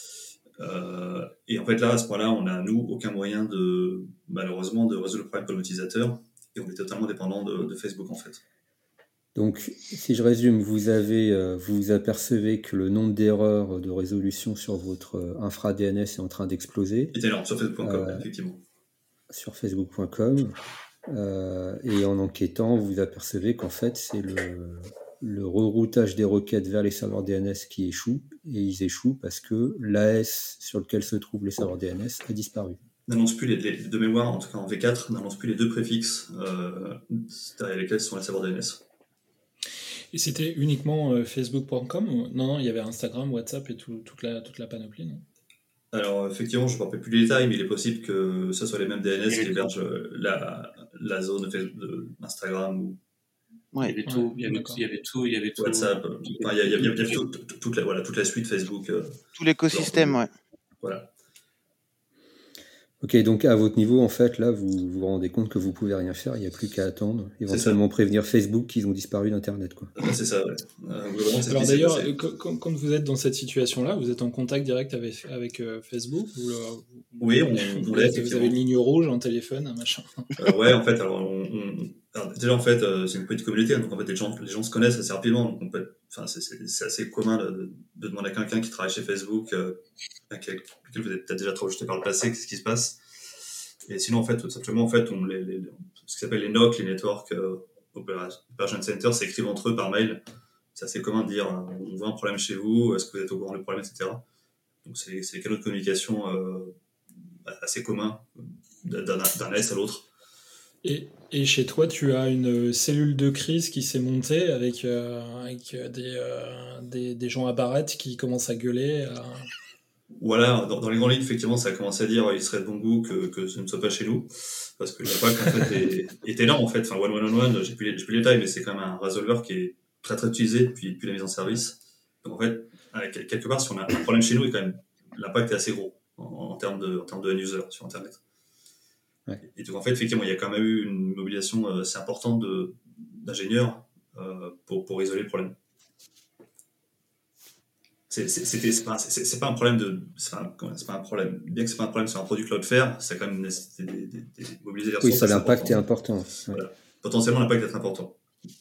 Et en fait là, à ce point-là, on n'a nous aucun moyen malheureusement de résoudre le problème pour l'utilisateur, et on est totalement dépendant de Facebook en fait. Donc, si je résume, vous apercevez que le nombre d'erreurs de résolution sur votre infra DNS est en train d'exploser. C'est énorme sur Facebook.com, effectivement. Sur Facebook.com, et en enquêtant, vous apercevez qu'en fait, c'est le reroutage des requêtes vers les serveurs DNS qui échoue, et ils échouent parce que l'AS sur lequel se trouvent les serveurs DNS a disparu. N'annonce plus de mémoire, en tout cas en V4, n'annonce plus les deux préfixes derrière lesquels sont les serveurs DNS. Et c'était uniquement Facebook.com? Non, il y avait Instagram, WhatsApp et toute la panoplie, non? Alors effectivement, je ne me rappelle plus les détails, mais il est possible que ce soit les mêmes DNS qui hébergent la zone d'Instagram ou... Ouais, il y avait tout. WhatsApp, il y avait toute la suite Facebook. Tout l'écosystème, ouais. Voilà. Ok, donc à votre niveau, en fait, là, vous vous rendez compte que vous pouvez rien faire, il n'y a plus qu'à attendre, éventuellement prévenir Facebook qu'ils ont disparu d'Internet, quoi. C'est ça, ouais. Alors d'ailleurs, quand vous êtes dans cette situation-là, vous êtes en contact direct avec Facebook Oui, on l'est. Vous avez une ligne rouge, un téléphone, un machin. Ouais, en fait, alors Alors, déjà, en fait, c'est une petite communauté, hein, donc en fait, les gens se connaissent assez rapidement. Donc, c'est assez commun de demander à quelqu'un qui travaille chez Facebook, avec lequel vous êtes peut-être déjà trop jeté par le passé, qu'est-ce qui se passe. Et sinon, en fait, tout simplement, en fait, ce qui s'appelle les NOC, les Network Operation Center, s'écrivent entre eux par mail. C'est assez commun de dire on voit un problème chez vous, est-ce que vous êtes au courant du problème, etc. Donc, c'est des canaux de communication assez communs d'un AS à l'autre. Et chez toi, tu as une cellule de crise qui s'est montée avec des gens à barrette qui commencent à gueuler. Voilà, dans les grandes lignes, effectivement, ça a commencé à dire il serait de bon goût que ce ne soit pas chez nous, parce que l'impact en fait est énorme en fait. Enfin, 1111, j'ai plus les détails, mais c'est quand même un résolveur qui est très très utilisé depuis la mise en service. Donc en fait, quelque part, si on a un problème chez nous, quand même, l'impact est assez gros en termes de end user sur Internet. Ouais. Et donc en fait, effectivement, il y a quand même eu une mobilisation assez importante d'ingénieurs pour isoler le problème. C'est pas un problème c'est pas un problème. Bien que c'est pas un problème sur un produit Cloudflare, ça a quand même nécessité des mobiliser les Oui, ressources. ça, l'impact est important. Ouais. Voilà. Potentiellement, l'impact est important.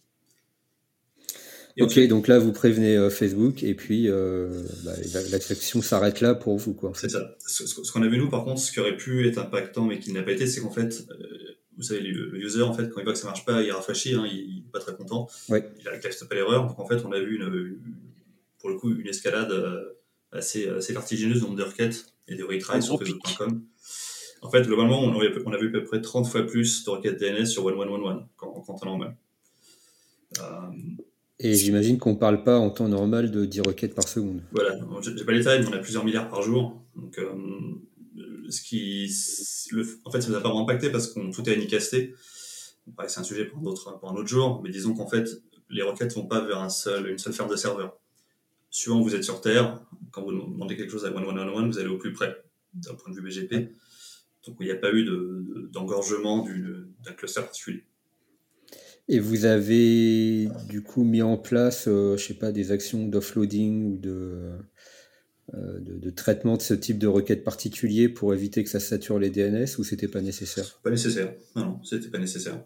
Et ok, ensuite, donc là, vous prévenez Facebook, et puis l'action s'arrête là pour vous, quoi. En fait. c'est ça. Ce qu'on a vu nous, par contre, ce qui aurait pu être impactant, mais qui n'a pas été, c'est qu'en fait, vous savez, le user, en fait, quand il voit que ça marche pas, il rafraîchit, hein, il est pas très content. Ouais. Il accepte pas l'erreur. Donc en fait, on a vu pour le coup une escalade assez vertigineuse de nombre de requêtes et de retries sur Facebook.com. En fait, globalement, on a vu à peu près 30 fois plus de requêtes DNS sur 1111 qu'en temps normal. Et j'imagine qu'on ne parle pas en temps normal de 10 requêtes par seconde. Voilà, j'ai pas les détails, mais on a plusieurs milliards par jour. Donc, en fait, ça nous a pas vraiment impacté parce qu'on tout est unicasté. C'est un sujet pour un autre jour, mais disons qu'en fait, les requêtes vont pas vers une seule ferme de serveurs. Suivant où vous êtes sur Terre, quand vous demandez quelque chose à 1111, vous allez au plus près, d'un point de vue BGP. Donc, il n'y a pas eu d'engorgement d'un cluster particulier. Et vous avez du coup mis en place, je sais pas, des actions d'offloading ou de traitement de ce type de requête particulier pour éviter que ça sature les DNS, ou c'était pas nécessaire? Pas nécessaire. Non, c'était pas nécessaire.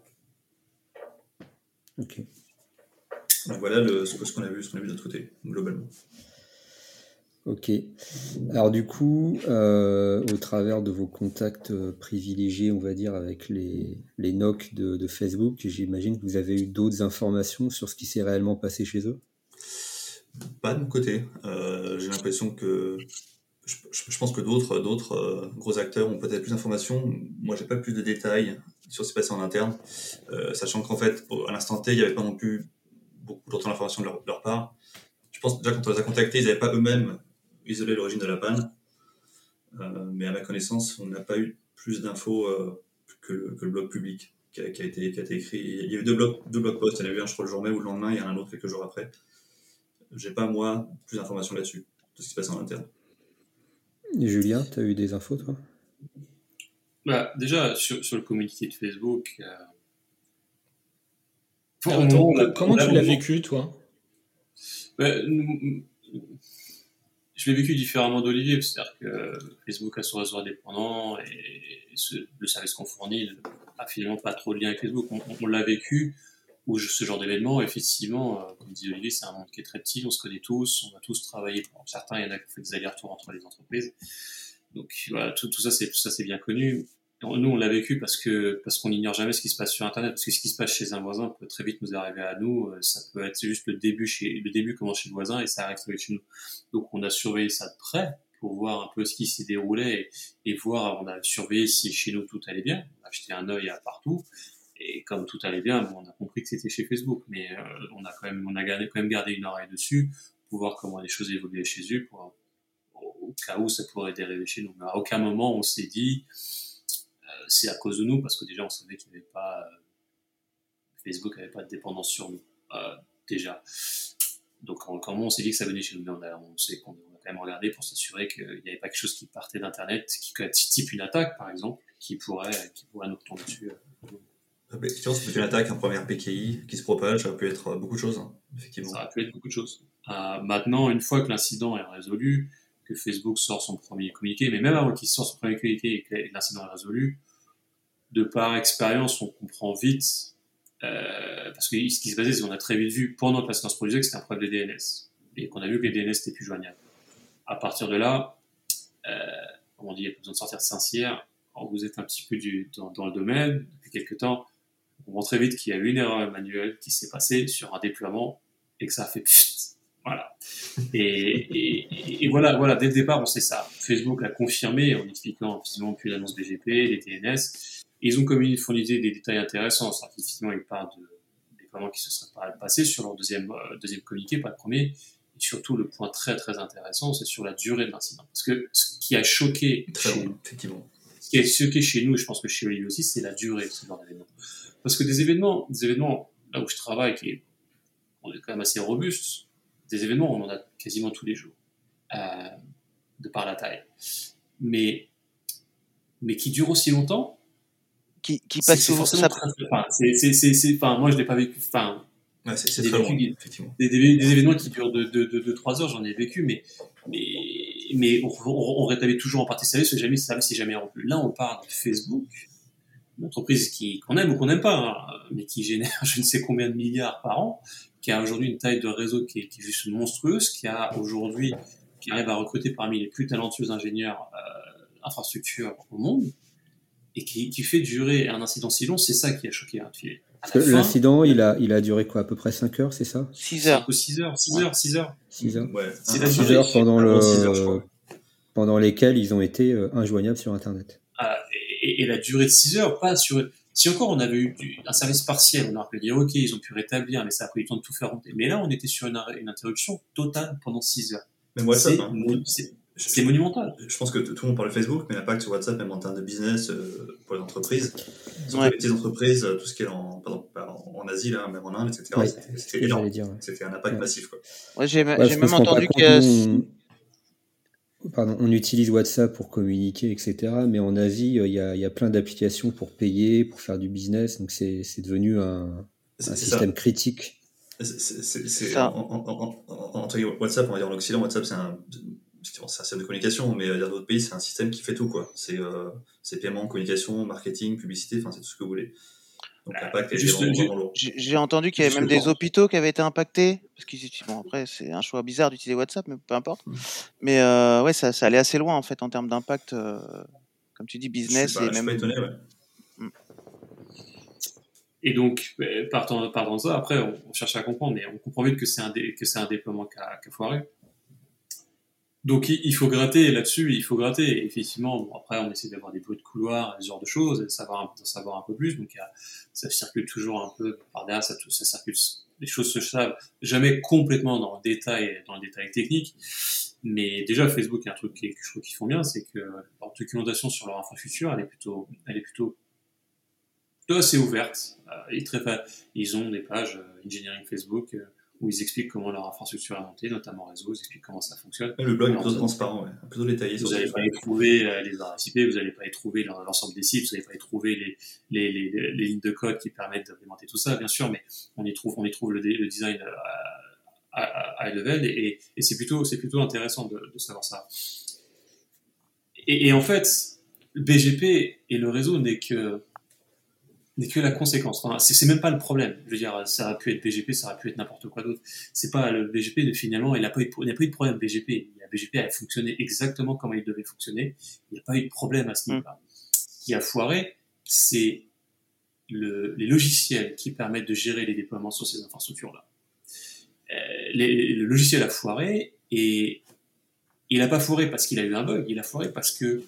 Ok. Donc voilà ce qu'on a vu de notre côté, globalement. Ok. Alors du coup, au travers de vos contacts privilégiés, on va dire, avec les NOC de Facebook, j'imagine que vous avez eu d'autres informations sur ce qui s'est réellement passé chez eux? Pas de mon côté. J'ai l'impression que je pense que d'autres gros acteurs ont peut-être plus d'informations. Moi, j'ai pas plus de détails sur ce qui s'est passé en interne, sachant qu'en fait, à l'instant T, il n'y avait pas non plus beaucoup d'autres informations de leur part. Je pense déjà quand on les a contactés, ils n'avaient pas eux-mêmes isolé l'origine de la panne. Mais à ma connaissance, on n'a pas eu plus d'infos que le blog public qui a été écrit. Il y a eu deux blog posts. Il y en a eu un, je crois, le jour même ou le lendemain, il y en a un autre quelques jours après. J'ai pas, moi, plus d'informations là-dessus, de ce qui se passe en interne. Et Julien, tu as eu des infos, toi? Déjà, sur le communiqué de Facebook... Comment tu l'as vécu, toi? Je l'ai vécu différemment d'Olivier, c'est-à-dire que Facebook a son réseau indépendant et le service qu'on fournit n'a finalement pas trop de lien avec Facebook. On l'a vécu, où ce genre d'événement, effectivement, comme dit Olivier, c'est un monde qui est très petit, on se connaît tous, on a tous travaillé, pour certains, il y en a qui ont fait des allers-retours entre les entreprises. Donc voilà, tout ça c'est bien connu. Nous, on l'a vécu parce qu'on n'ignore jamais ce qui se passe sur Internet, parce que ce qui se passe chez un voisin peut très vite nous arriver à nous. Ça peut être juste le début commence chez le voisin et ça arrive très vite chez nous. Donc, on a surveillé ça de près pour voir un peu ce qui s'y déroulait et voir, on a surveillé si chez nous tout allait bien. On a jeté un œil à partout et comme tout allait bien, on a compris que c'était chez Facebook, mais on a quand même gardé une oreille dessus pour voir comment les choses évoluaient chez eux, au cas où ça pourrait dériver chez nous. Mais à aucun moment on s'est dit c'est à cause de nous, parce que déjà on savait qu'il n'y avait pas Facebook n'avait pas de dépendance sur nous déjà. Donc comment on s'est dit que ça venait chez nous, mais on sait qu'on a quand même regardé pour s'assurer qu'il n'y avait pas quelque chose qui partait d'internet, type une attaque par exemple, qui pourrait nous tomber dessus. Effectivement, ça peut être une attaque, un premier PKI qui se propage, ça peut être beaucoup de choses, hein, effectivement. Ça peut être beaucoup de choses. Maintenant, une fois que l'incident est résolu, que Facebook sort son premier communiqué, mais même avant qu'il sorte son premier communiqué et que l'incident est résolu, de par expérience, on comprend vite parce que ce qui se passait, c'est qu'on a très vite vu, pendant que la séquence produisait, que c'était un problème des DNS. Et qu'on a vu que les DNS n'étaient plus joignables. À partir de là, comme on dit, il n'y a pas besoin de sortir de Saint-Cyr. Quand vous êtes un petit peu dans le domaine, depuis quelques temps, on voit très vite qu'il y a eu une erreur manuelle qui s'est passée sur un déploiement et que ça a fait pfft. Voilà. Et voilà, dès le départ, on sait ça. Facebook l'a confirmé en expliquant effectivement depuis l'annonce BGP, les DNS. Et ils ont fourni des détails intéressants. Effectivement, ils parlent de déploiements qui se seraient pas passés sur leur deuxième communiqué, pas le premier. Et surtout, le point très très intéressant, c'est sur la durée de l'incident. Parce que ce qui a choqué effectivement. Ce qui a choqué chez nous, et je pense que chez Olivier aussi, c'est la durée de ce genre d'événement. Parce que des événements, là où je travaille, on est quand même assez robuste, des événements, on en a quasiment tous les jours, de par la taille. Mais qui durent aussi longtemps, qui passe souvent. Moi, je l'ai pas vécu. Ouais, c'est très long, effectivement. Des événements qui durent de 3 heures, j'en ai vécu, mais on rétablit toujours en partie service si jamais rompu. Là, on parle de Facebook, une entreprise qu'on aime ou qu'on n'aime pas, mais qui génère je ne sais combien de milliards par an, qui a aujourd'hui une taille de réseau qui est juste monstrueuse, qui arrive à recruter parmi les plus talentueux ingénieurs infrastructures au monde, et qui fait durer un incident si long. C'est ça qui a choqué. Parce que l'incident, il a duré quoi, à peu près 5 heures, c'est ça? 6 heures. 6 heures. 6 heures. Ouais. C'est la 6 heures pendant lesquelles ils ont été injoignables sur Internet. Et la durée de 6 heures, pas sur... Si encore on avait eu un service partiel, on aurait pu dire ok, ils ont pu rétablir, mais ça a pris du temps de tout faire monter. Mais là, on était sur une interruption totale pendant 6 heures. Même WhatsApp, c'est monumental. Je pense que tout le monde parle de Facebook, mais l'impact sur WhatsApp, même en termes de business pour les entreprises, surtout les petites entreprises, tout ce qui est en Asie, là, même en Inde, etc. Ouais, c'était énorme. C'était un impact massif, quoi. Ouais, j'ai même entendu qu'il y a... on utilise WhatsApp pour communiquer, etc. Mais en Asie, il y a plein d'applications pour payer, pour faire du business. Donc c'est devenu un système critique. WhatsApp, on va dire en Occident, WhatsApp c'est un système de communication, mais dans d'autres pays c'est un système qui fait tout, quoi. C'est paiement, communication, marketing, publicité, c'est tout ce que vous voulez. Donc l'impact est vraiment lourd. J'ai entendu qu'il y avait même des hôpitaux qui avaient été impactés, parce qu'ils bon, après c'est un choix bizarre d'utiliser WhatsApp, mais peu importe. Mais ouais, ça allait assez loin en fait en termes d'impact, comme tu dis, business. Je suis pas étonné, ouais. Et donc, partant de ça, après, on cherche à comprendre, mais on comprend vite que c'est un déploiement qui a foiré. Donc, il faut gratter là-dessus, Et effectivement, après, on essaie d'avoir des bruits de couloir, ce genre de choses, et de savoir un peu plus. Donc, ça circule toujours un peu par derrière, ça circule. Les choses se savent jamais complètement dans le détail technique. Mais déjà, Facebook, il y a un truc que je trouve qu'ils font bien, c'est que leur documentation sur leur infrastructure, elle est plutôt assez ouverte. Ils ont des pages engineering Facebook où ils expliquent comment leur infrastructure est montée, notamment réseau, ils expliquent comment ça fonctionne. Le blog est plutôt transparent, plutôt détaillé. Vous n'allez pas y trouver les adresses IP, vous n'allez pas y trouver l'ensemble des sites, vous n'allez pas y trouver les lignes de code qui permettent d'implémenter tout ça, bien sûr, mais on y trouve le design high level, et c'est plutôt intéressant de savoir ça. Et en fait, le BGP et le réseau n'est que la conséquence. C'est même pas le problème. Je veux dire, ça aurait pu être BGP, ça aurait pu être n'importe quoi d'autre. C'est pas le BGP, finalement, il n'y a pas eu de problème BGP. La BGP a fonctionné exactement comme il devait fonctionner. Il n'y a pas eu de problème à ce niveau-là. Ce qui a foiré, c'est les logiciels qui permettent de gérer les déploiements sur ces infrastructures-là. Le logiciel a foiré, et il n'a pas foiré parce qu'il a eu un bug, il a foiré parce que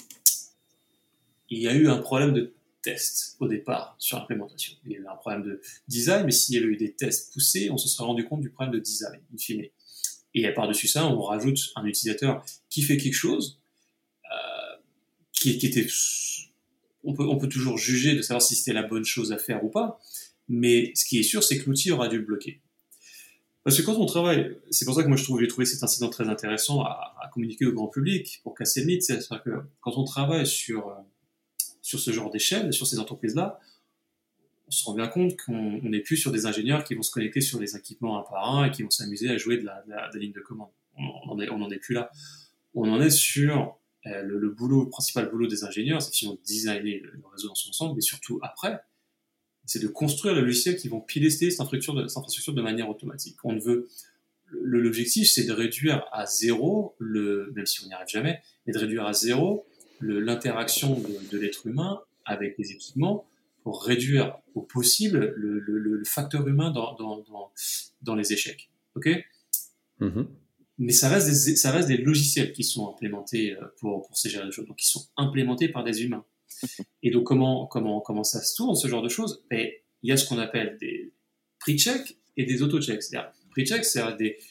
il y a eu un problème de tests au départ sur l'implémentation. Il y a eu un problème de design, mais s'il y avait eu des tests poussés, on se serait rendu compte du problème de design, in fine. Et par-dessus ça, on rajoute un utilisateur qui fait quelque chose qui était... On peut toujours juger de savoir si c'était la bonne chose à faire ou pas, mais ce qui est sûr, c'est que l'outil aura dû le bloquer. Parce que quand on travaille, c'est pour ça que moi j'ai trouvé cet incident très intéressant à communiquer au grand public pour casser le mythe. C'est-à-dire que quand on travaille sur ce genre d'échelle, sur ces entreprises-là, on se rend bien compte qu'on n'est plus sur des ingénieurs qui vont se connecter sur des équipements un par un et qui vont s'amuser à jouer de la ligne de commande. On n'en est plus là. On en est sur le principal boulot des ingénieurs, c'est finalement de designer le réseau dans son ensemble, mais surtout après, c'est de construire les logiciels qui vont piloter cette infrastructure de manière automatique. L'objectif, c'est de réduire à zéro, même si on n'y arrive jamais, mais de réduire à zéro l'interaction de l'être humain avec les équipements pour réduire au possible le facteur humain dans les échecs. Ok ? Mais ça reste des logiciels qui sont implémentés pour ces genres de choses, donc qui sont implémentés par des humains. Et donc comment ça se tourne, ce genre de choses ? Il y a ce qu'on appelle des pre-checks et des auto-checks. C'est-à-dire, pre-checks, c'est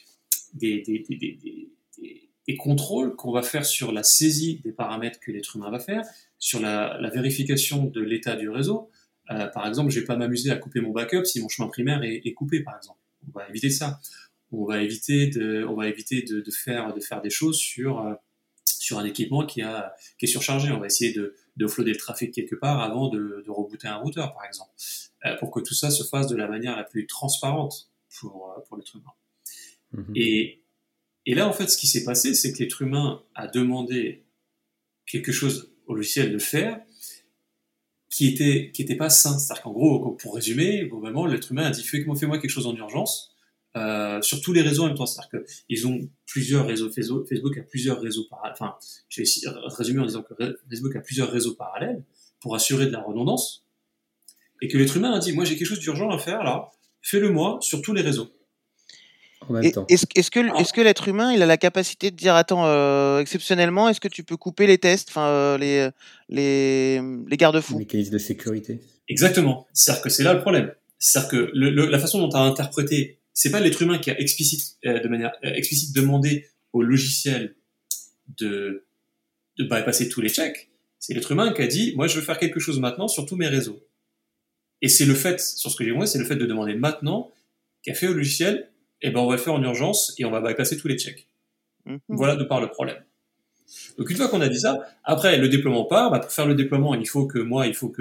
des contrôles qu'on va faire sur la saisie des paramètres que l'être humain va faire, sur la vérification de l'état du réseau. Par exemple, je vais pas m'amuser à couper mon backup si mon chemin primaire est coupé, par exemple. On va éviter ça. On va éviter de faire des choses sur un équipement qui est surchargé. On va essayer de offloader le trafic quelque part avant de rebooter un routeur, par exemple, pour que tout ça se fasse de la manière la plus transparente pour l'être humain. Et là, en fait, ce qui s'est passé, c'est que l'être humain a demandé quelque chose au logiciel de faire qui était pas sain. C'est-à-dire qu'en gros, pour résumer, globalement, l'être humain a dit fais-moi quelque chose en urgence. Sur tous les réseaux en même temps, c'est-à-dire qu'ils ont plusieurs réseaux. Facebook a plusieurs réseaux parallèles. Enfin, je vais essayer de résumer en disant que Facebook a plusieurs réseaux parallèles pour assurer de la redondance, et que l'être humain a dit moi j'ai quelque chose d'urgent à faire là, fais-le moi sur tous les réseaux. En même temps. Est-ce que l'être humain il a la capacité de dire attends exceptionnellement est-ce que tu peux couper les tests, les garde-fous, Les mécanismes de sécurité. Exactement. C'est-à-dire que c'est là le problème. C'est-à-dire que la façon dont tu as interprété, c'est pas l'être humain qui a de manière explicite demandé au logiciel de bypasser tous les checks. C'est l'être humain qui a dit moi je veux faire quelque chose maintenant sur tous mes réseaux. Et c'est le fait, sur ce que j'ai compris, c'est le fait de demander maintenant qu'a fait au logiciel on va le faire en urgence et on va bypasser tous les checks. Voilà de par le problème. Donc une fois qu'on a dit ça, après le déploiement part. Pour faire le déploiement, il faut que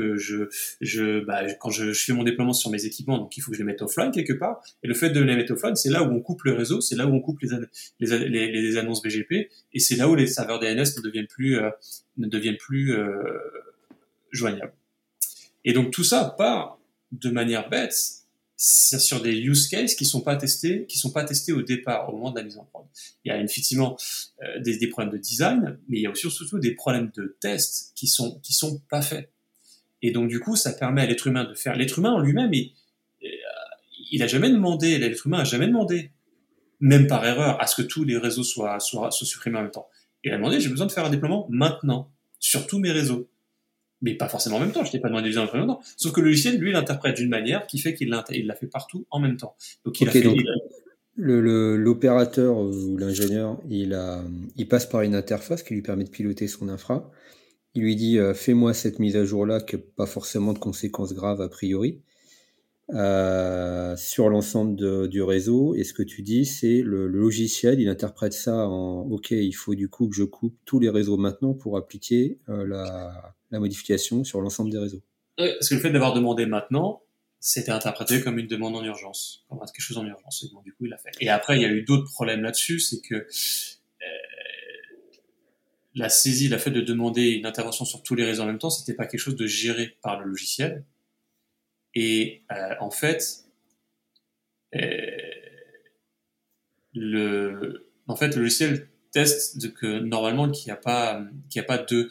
quand je fais mon déploiement sur mes équipements, donc il faut que je les mette offline quelque part. Et le fait de les mettre offline, c'est là où on coupe le réseau, c'est là où on coupe les annonces BGP, et c'est là où les serveurs DNS ne deviennent plus joignables. Et donc tout ça part de manière bête. C'est sur des use cases qui sont pas testés au départ, au moment de la mise en prod. Il y a effectivement des problèmes de design, mais il y a aussi surtout des problèmes de test qui sont pas faits. Et donc du coup, ça permet à l'être humain de faire. L'être humain en lui-même, il a jamais demandé. L'être humain a jamais demandé, même par erreur, à ce que tous les réseaux soient supprimés en même temps. Il a demandé j'ai besoin de faire un déploiement maintenant sur tous mes réseaux. Mais pas forcément en même temps, je t'ai pas demandé de en même temps. Sauf que le logiciel, lui, l'interprète d'une manière qui fait qu'il l'a fait partout en même temps. Donc, l'opérateur ou l'ingénieur, il passe par une interface qui lui permet de piloter son infra. Il lui dit fais-moi cette mise à jour-là, qui n'a pas forcément de conséquences graves a priori, sur l'ensemble du réseau. Et ce que tu dis, c'est le logiciel, il interprète ça en ok, il faut du coup que je coupe tous les réseaux maintenant pour appliquer la modification sur l'ensemble des réseaux. Oui, parce que le fait d'avoir demandé maintenant, c'était interprété comme une demande en urgence, comme quelque chose en urgence. Et donc, du coup, il l'a fait. Et après, il y a eu d'autres problèmes là-dessus, c'est que la saisie, le fait de demander une intervention sur tous les réseaux en même temps, c'était pas quelque chose de géré par le logiciel. Et en fait, le logiciel teste que normalement qu'il n'y a pas de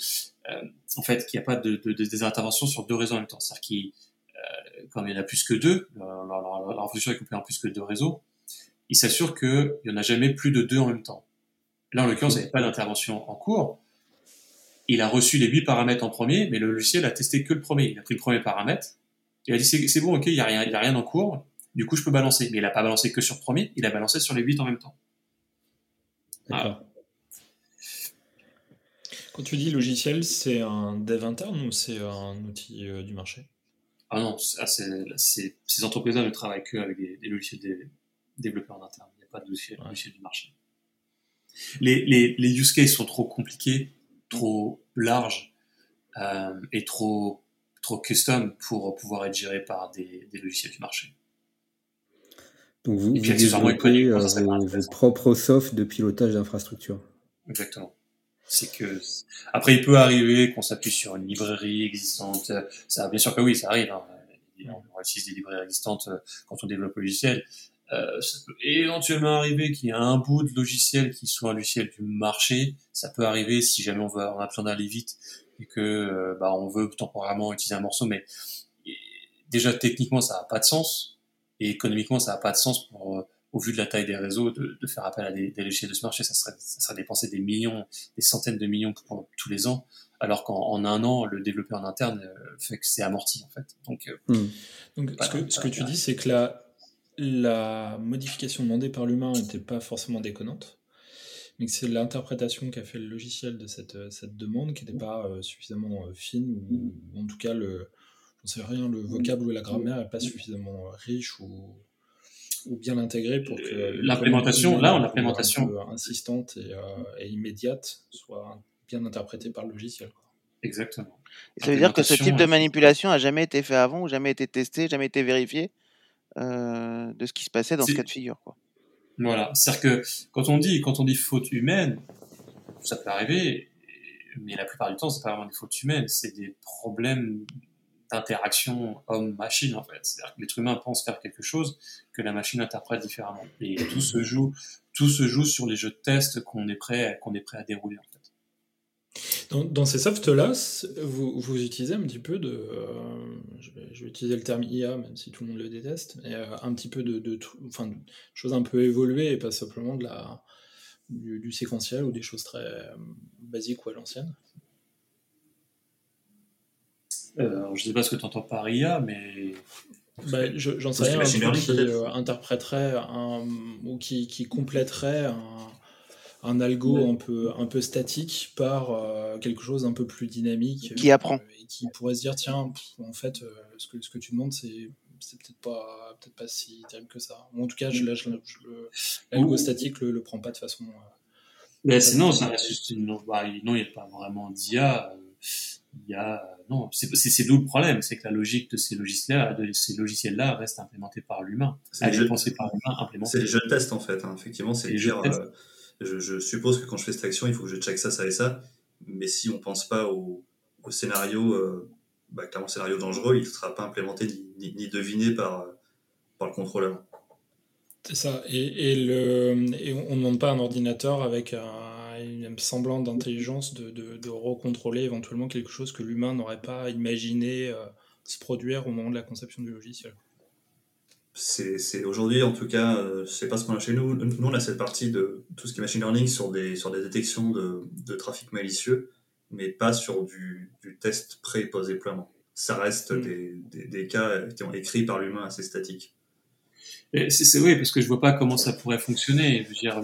des interventions sur deux réseaux en même temps. C'est-à-dire comme il y en a plus que deux, la fonction est coupée en plus que deux réseaux, il s'assure qu'il n'y en a jamais plus de deux en même temps. Là, en l'occurrence, il n'y avait pas d'intervention en cours. Il a reçu les 8 paramètres en premier, mais le logiciel a testé que le premier. Il a pris le premier paramètre, il a dit c'est bon, ok, il n'y a rien en cours, du coup je peux balancer. Mais il n'a pas balancé que sur le premier, il a balancé sur les 8 en même temps. D'accord. Voilà. Quand tu dis logiciel, c'est un dev interne ou c'est un outil du marché ? Ah non, ces entreprises-là ne travaillent que avec des logiciels développeurs en interne. Il n'y a pas de logiciel du marché. Les use cases sont trop compliqués, trop larges et trop custom pour pouvoir être gérés par des logiciels du marché. Donc vous développez vos propres softs de pilotage d'infrastructure. Exactement. C'est que après il peut arriver qu'on s'appuie sur une librairie existante. Ça, bien sûr que oui, ça arrive. Hein. on utilise des librairies existantes quand on développe le logiciel. Ça peut éventuellement arriver qu'il y ait un bout de logiciel qui soit un logiciel du marché. Ça peut arriver si jamais on a besoin d'aller vite et que on veut temporairement utiliser un morceau, mais déjà techniquement ça n'a pas de sens et économiquement ça n'a pas de sens au vu de la taille des réseaux de faire appel à des logiciels de ce marché. Ça serait dépenser des millions, des centaines de millions pour tous les ans, alors qu'en un an le développer en interne fait que c'est amorti en fait. Donc ce que tu dis, c'est que la modification demandée par l'humain n'était pas forcément déconnante, mais que c'est l'interprétation qu'a fait le logiciel de cette demande qui n'était pas suffisamment fine, ou en tout cas le vocable ou la grammaire n'est pas suffisamment riche ou bien intégré pour que l'implémentation un peu insistante et immédiate soit bien interprétée par le logiciel. Exactement. Et ça veut dire que ce type de manipulation a jamais été fait avant, ou jamais été testé, jamais été vérifié de ce qui se passait dans ce cas de figure, quoi. Voilà, c'est-à-dire que quand on dit faute humaine, ça peut arriver, mais la plupart du temps c'est pas vraiment des fautes humaines, c'est des problèmes d'interaction homme-machine en fait. C'est-à-dire que l'être humain pense faire quelque chose que la machine interprète différemment. Et tout se joue sur les jeux de test qu'on est prêt à dérouler en fait. Dans ces softs-là, vous utilisez un petit peu je vais utiliser le terme IA, même si tout le monde le déteste, mais un petit peu de choses un peu évoluées et pas simplement du séquentiel ou des choses très basiques ou à l'ancienne. Alors, je sais pas ce que tu entends par IA, mais... J'en sais rien, un truc qui interpréterait ou qui compléterait un algo un peu statique par quelque chose un peu plus dynamique qui apprend et qui pourrait se dire tiens en fait ce que tu demandes c'est peut-être pas si terrible que ça, ou en tout cas l'algo statique le prend pas de façon sinon ça reste juste non, il n'y a pas vraiment d'IA. Non, c'est d'où le problème, c'est que la logique de ces logiciels-là reste implémentée par l'humain. Elle est pensée par l'humain, implémentée. C'est les jeux de test en fait, hein. Effectivement, c'est dire je suppose que quand je fais cette action, il faut que je check ça et ça, mais si on pense pas au scénario, clairement scénario dangereux, il ne sera pas implémenté ni deviné par le contrôleur. C'est ça, et on ne demande pas à un ordinateur avec un semblant d'intelligence de recontrôler éventuellement quelque chose que l'humain n'aurait pas imaginé se produire au moment de la conception du logiciel. C'est aujourd'hui, en tout cas, c'est pas ce qu'on a chez nous. Nous, on a cette partie de tout ce qui est machine learning sur des détections de trafic malicieux, mais pas sur du test pré- et post-déploiement. Ça reste des cas qui ont écrits par l'humain assez statiques. Oui, parce que je vois pas comment ça pourrait fonctionner. Je veux dire,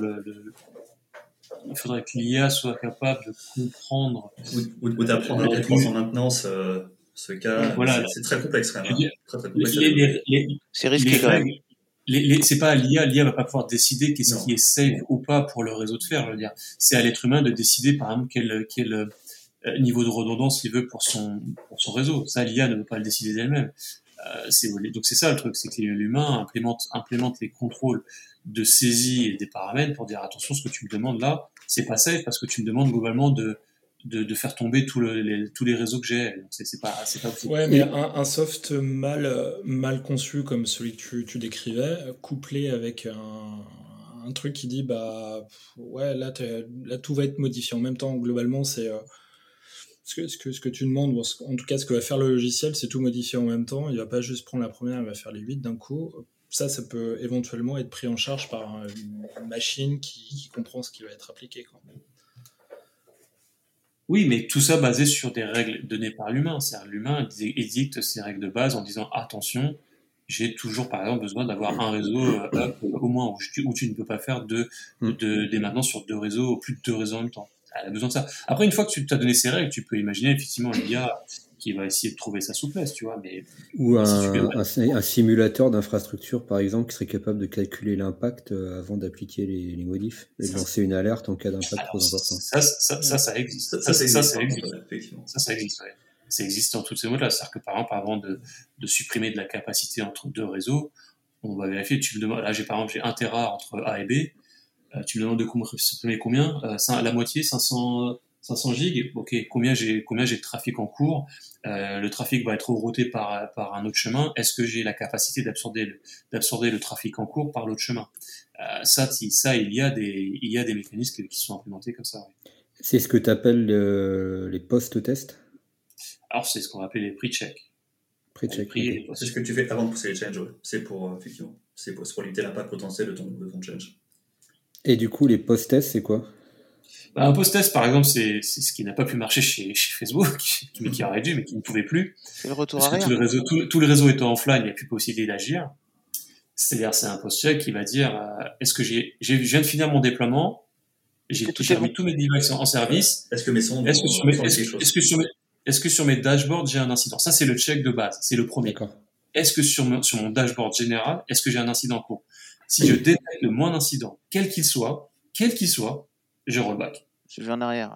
il faudrait que l'IA soit capable de comprendre ou d'apprendre à mettre en maintenance ce cas. Voilà, c'est très complexe quand même. Très complexe. C'est risqué quand même. C'est pas l'IA va pas pouvoir décider qu'est-ce qui est safe ou pas pour le réseau de faire. Je veux dire, c'est à l'être humain de décider par exemple quel niveau de redondance il veut pour son réseau. Ça, l'IA ne veut pas le décider d'elle-même. Donc c'est ça le truc, c'est que l'humain implémente les contrôles de saisie et des paramètres pour dire attention, ce que tu me demandes là, c'est pas safe parce que tu me demandes globalement de faire tomber tous les réseaux que j'ai. Donc c'est pas possible. Ouais, mais un soft mal conçu comme celui que tu décrivais, couplé avec un truc qui dit ouais, là tout va être modifié en même temps. Globalement, c'est ce que tu demandes, ou en tout cas ce que va faire le logiciel, c'est tout modifier en même temps. Il va pas juste prendre la première, il va faire les 8 d'un coup. Ça peut éventuellement être pris en charge par une machine qui comprend ce qui va être appliqué quand même. Oui, mais tout ça basé sur des règles données par l'humain. C'est-à-dire l'humain édicte ses règles de base en disant attention, j'ai toujours par exemple besoin d'avoir un réseau au moins où tu ne peux pas faire des maintenances sur plus de 2 réseaux en même temps. Elle a besoin de ça. Après, une fois que tu t'as donné ces règles, tu peux imaginer effectivement l'IA qui va essayer de trouver sa souplesse, tu vois. Mais ou un simulateur d'infrastructure, par exemple, qui serait capable de calculer l'impact avant d'appliquer les modifs et de lancer une alerte en cas d'impact trop important. Ça existe. Ça existe. Ouais. Ça existe dans toutes ces modes-là. C'est-à-dire que par exemple, avant de supprimer de la capacité entre 2 réseaux, on va vérifier. Tu me demandes, là, j'ai 1 Tera entre A et B. Tu me demandes de supprimer combien ? La moitié, 500 500 gigs, ok, combien j'ai de trafic en cours, le trafic va être routé par un autre chemin, est-ce que j'ai la capacité d'absorber le trafic en cours par l'autre chemin? Ça, il y a des mécanismes qui sont implémentés comme ça. Oui. C'est ce que tu appelles les post-tests? Alors, c'est ce qu'on appelle les pre-checks. Pre-check. Okay. C'est ce que tu fais avant de pousser les changes, ouais. C'est pour, effectivement, c'est pour limiter l'impact potentiel de ton change. Et du coup, les post-tests, c'est quoi? Un post-test, par exemple, c'est ce qui n'a pas pu marcher chez Facebook, qui aurait dû, mais qui ne pouvait plus. C'est le retour parce arrière. Que tout le réseau étant offline, il n'y a plus possibilité d'agir. C'est-à-dire, c'est un post-check qui va dire, est-ce que je viens de finir mon déploiement, j'ai mis tous mes devices en service. Est-ce que mes sondes est-ce que sur mes dashboards, j'ai un incident? Ça, c'est le check de base. C'est le premier. D'accord. Est-ce que sur mon dashboard général, est-ce que j'ai un incident en cours? Si je détecte le moins d'incidents, quel qu'il soit, je rollback. Je vais en arrière.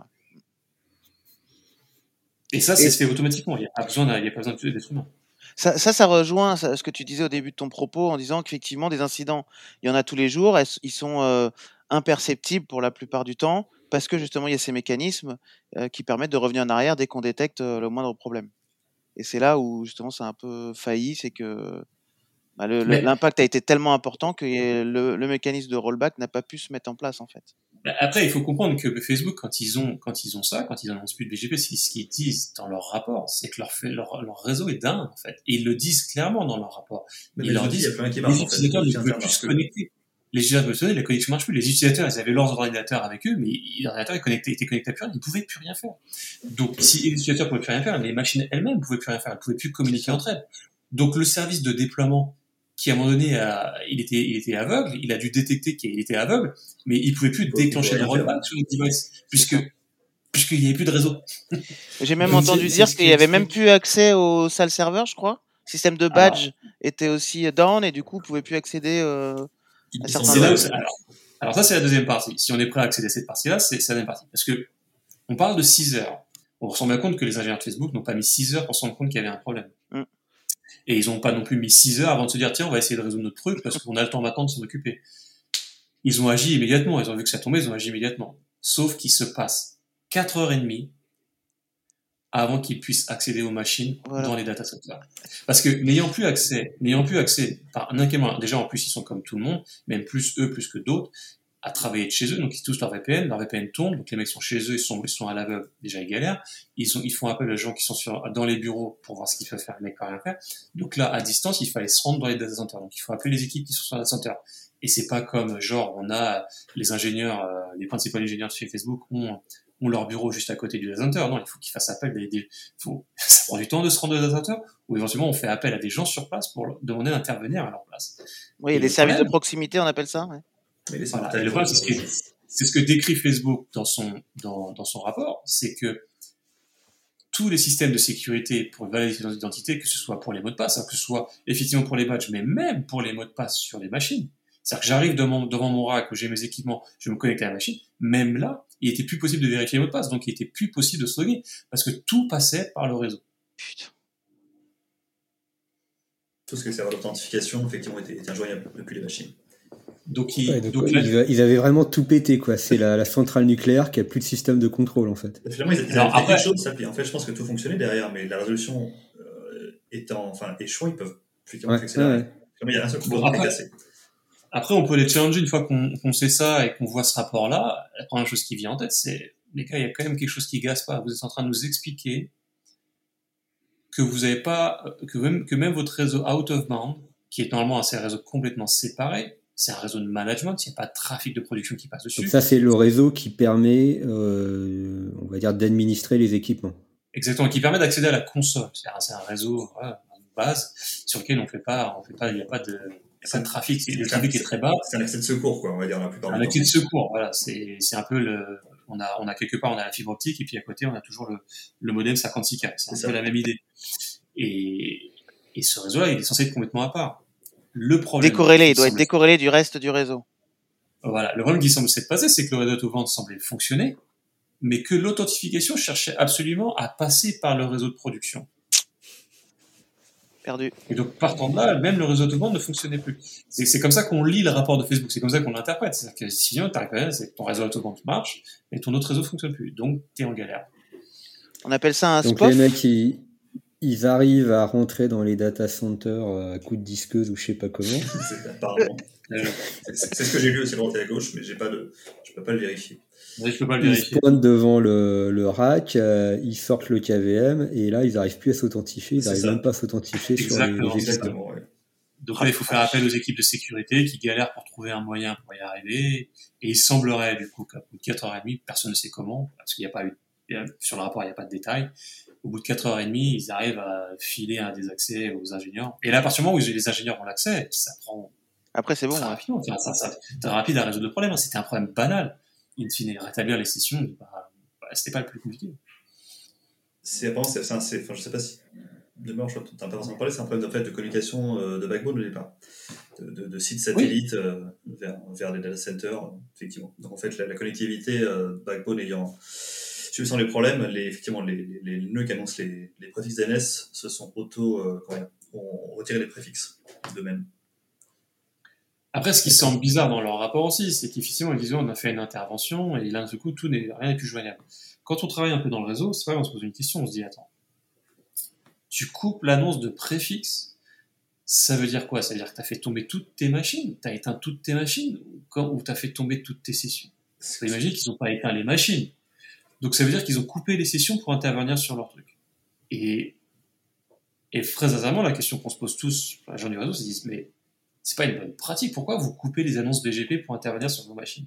Et ça, c'est fait automatiquement. Il n'y a pas besoin d'être humain. Ça rejoint ce que tu disais au début de ton propos en disant qu'effectivement, des incidents, il y en a tous les jours. Ils sont imperceptibles pour la plupart du temps parce que justement, il y a ces mécanismes qui permettent de revenir en arrière dès qu'on détecte le moindre problème. Et c'est là où justement, c'est un peu failli, c'est que l'impact a été tellement important que le mécanisme de rollback n'a pas pu se mettre en place en fait. Après, il faut comprendre que Facebook, quand ils annoncent plus de BGP, ce qu'ils disent dans leur rapport, c'est que leur réseau est dingue en fait. Et ils le disent clairement dans leur rapport. Ils leur disent les utilisateurs ne peuvent plus se connecter. Les utilisateurs, la connexion marche plus. Les utilisateurs, ils avaient leurs ordinateurs avec eux, mais l'ordinateur étaient connectés à plus rien, ils ne pouvaient plus rien faire. Donc, si les utilisateurs ne pouvaient plus rien faire, les machines elles-mêmes ne pouvaient plus rien faire, elles ne pouvaient plus communiquer entre elles. Donc, le service de déploiement, qui à un moment donné, il était aveugle, il a dû détecter qu'il était aveugle, mais il pouvait plus déclencher le rollback sur le device, puisqu'il n'y avait plus de réseau. J'ai même entendu dire qu'il n'y avait même plus accès au sales serveur, je crois. Le système de badge était aussi down et du coup, on ne pouvait plus accéder à certains badges. Alors ça, c'est la deuxième partie. Si on est prêt à accéder à cette partie-là, c'est la deuxième partie. Parce que on parle de 6 heures. On se rend bien compte que les ingénieurs de Facebook n'ont pas mis 6 heures pour se rendre compte qu'il y avait un problème. Et ils n'ont pas non plus mis 6 heures avant de se dire, tiens, on va essayer de résoudre notre truc parce qu'on a le temps maintenant de s'en occuper. Ils ont agi immédiatement. Ils ont vu que ça tombait, ils ont agi immédiatement. Sauf qu'il se passe 4h30 avant qu'ils puissent accéder aux machines dans les data centers. Parce que n'ayant plus accès, par un déjà en plus ils sont comme tout le monde, même plus que d'autres, à travailler de chez eux, donc ils touchent leur VPN tourne, donc les mecs sont chez eux, ils sont à l'aveugle, déjà ils galèrent, ils font appel aux gens qui sont dans les bureaux pour voir ce qu'ils peuvent faire, les mecs peuvent rien faire. Donc là, à distance, il fallait se rendre dans les data centers, donc il faut appeler les équipes qui sont sur le data center. Et c'est pas comme genre on a les ingénieurs, les principaux ingénieurs de chez Facebook ont leur bureau juste à côté du data center. Non, il faut qu'ils fassent appel ça prend du temps de se rendre au data center, ou éventuellement on fait appel à des gens sur place pour leur demander d'intervenir à leur place. Oui, il y a des services de proximité, on appelle ça. Ouais. Voilà. Et le problème, c'est ce que décrit Facebook dans son rapport, c'est que tous les systèmes de sécurité pour valider l'identité, que ce soit pour les mots de passe, que ce soit effectivement pour les badges, mais même pour les mots de passe sur les machines. C'est-à-dire que j'arrive devant mon rack, où j'ai mes équipements, je me connecte à la machine, même là, il était plus possible de vérifier les mots de passe, donc il était plus possible de se loguer, parce que tout passait par le réseau. Putain. Tout ce que serveur d'authentification, effectivement, était injoignable depuis les machines. Donc ils avaient vraiment tout pété, quoi. C'est la centrale nucléaire qui a plus de système de contrôle, en fait. Finalement, ils avaient quelque chose, ça, puis en fait, je pense que tout fonctionnait derrière, mais la résolution échouant, ils peuvent effectivement accélérer. Il y a un seul composant qui est cassé. Après, on peut les challenger une fois qu'on sait ça et qu'on voit ce rapport-là. La première chose qui vient en tête, c'est, les gars, il y a quand même quelque chose qui gaze pas. Vous êtes en train de nous expliquer que vous avez pas, que même votre réseau out of band, qui est normalement un réseau complètement séparé, c'est un réseau de management, il n'y a pas de trafic de production qui passe dessus. Donc ça, c'est le réseau qui permet, on va dire, d'administrer les équipements. Exactement, qui permet d'accéder à la console. C'est un réseau, de base, sur lequel il n'y a pas de trafic. Le trafic est très bas. C'est un accès de secours, quoi, on va dire, la plupart du temps. Un accès de secours, voilà. C'est un peu on a quelque part, on a la fibre optique, et puis à côté, on a toujours le modem 56K. C'est un peu la même idée. Et ce réseau-là, il est censé être complètement à part. Le problème. Décorrélé, il doit être décorrélé du reste du réseau. Voilà. Le problème qui semble s'être passé, c'est que le réseau out-of-band semblait fonctionner, mais que l'authentification cherchait absolument à passer par le réseau de production. Perdu. Et donc, partant de là, même le réseau autobande ne fonctionnait plus. C'est comme ça qu'on lit le rapport de Facebook, c'est comme ça qu'on l'interprète. C'est-à-dire que sinon, tu arrives à c'est que ton réseau autobande marche, mais ton autre réseau ne fonctionne plus. Donc, tu es en galère. On appelle ça un Donc SPOF. les mecs, ils arrivent à rentrer dans les data centers à coups de disqueuse ou je sais pas comment. Apparemment. C'est ce que j'ai lu aussi à droite et à gauche, mais je peux pas le vérifier. Mais je peux pas le Ils vérifier. se pointent devant le rack, ils sortent le KVM et là ils n'arrivent plus à s'authentifier, ils C'est n'arrivent ça. même pas à s'authentifier sur les Exactement. GCP. Exactement, ouais. Donc là, il faut faire appel aux équipes de sécurité qui galèrent pour trouver un moyen pour y arriver. Et il semblerait, du coup, qu'à bout de 4h30, personne ne sait comment, parce qu'il n'y a pas eu, sur le rapport, il n'y a pas de détails. Au bout de 4h30, ils arrivent à filer un des accès aux ingénieurs. Et là, à partir du moment où les ingénieurs ont l'accès, ça prend Après, c'est bon. très Ouais. rapidement. Enfin, c'est rapide à résoudre le problème. C'était un problème banal. In fine, rétablir les sessions, c'était pas le plus compliqué. Apparemment, je sais pas si. Demain, je t'en pas forcément parlé, c'est un problème en fait, de communication de backbone au départ, de sites satellites vers les data centers, effectivement. Donc en fait, la connectivité backbone ayant subissant les problèmes, effectivement, les nœuds qui annoncent les préfixes DNS se sont ont retiré les préfixes d'eux-mêmes. Après, ce qui semble bizarre dans leur rapport aussi, c'est qu'effectivement, ils disent on a fait une intervention et là, du coup, rien n'est plus joignable. Quand on travaille un peu dans le réseau, c'est vrai, on se pose une question, on se dit attends, tu coupes l'annonce de préfixe, ça veut dire quoi? Ça veut dire que tu as fait tomber toutes tes machines, tu as éteint toutes tes machines, ou tu as fait tomber toutes tes sessions. Faut imaginer qu'ils n'ont pas éteint les machines. Donc ça veut dire qu'ils ont coupé les sessions pour intervenir sur leur truc. Et très sincèrement, la question qu'on se pose tous, les gens du réseau, se disent mais c'est pas une bonne pratique. Pourquoi vous coupez les annonces BGP pour intervenir sur vos machines?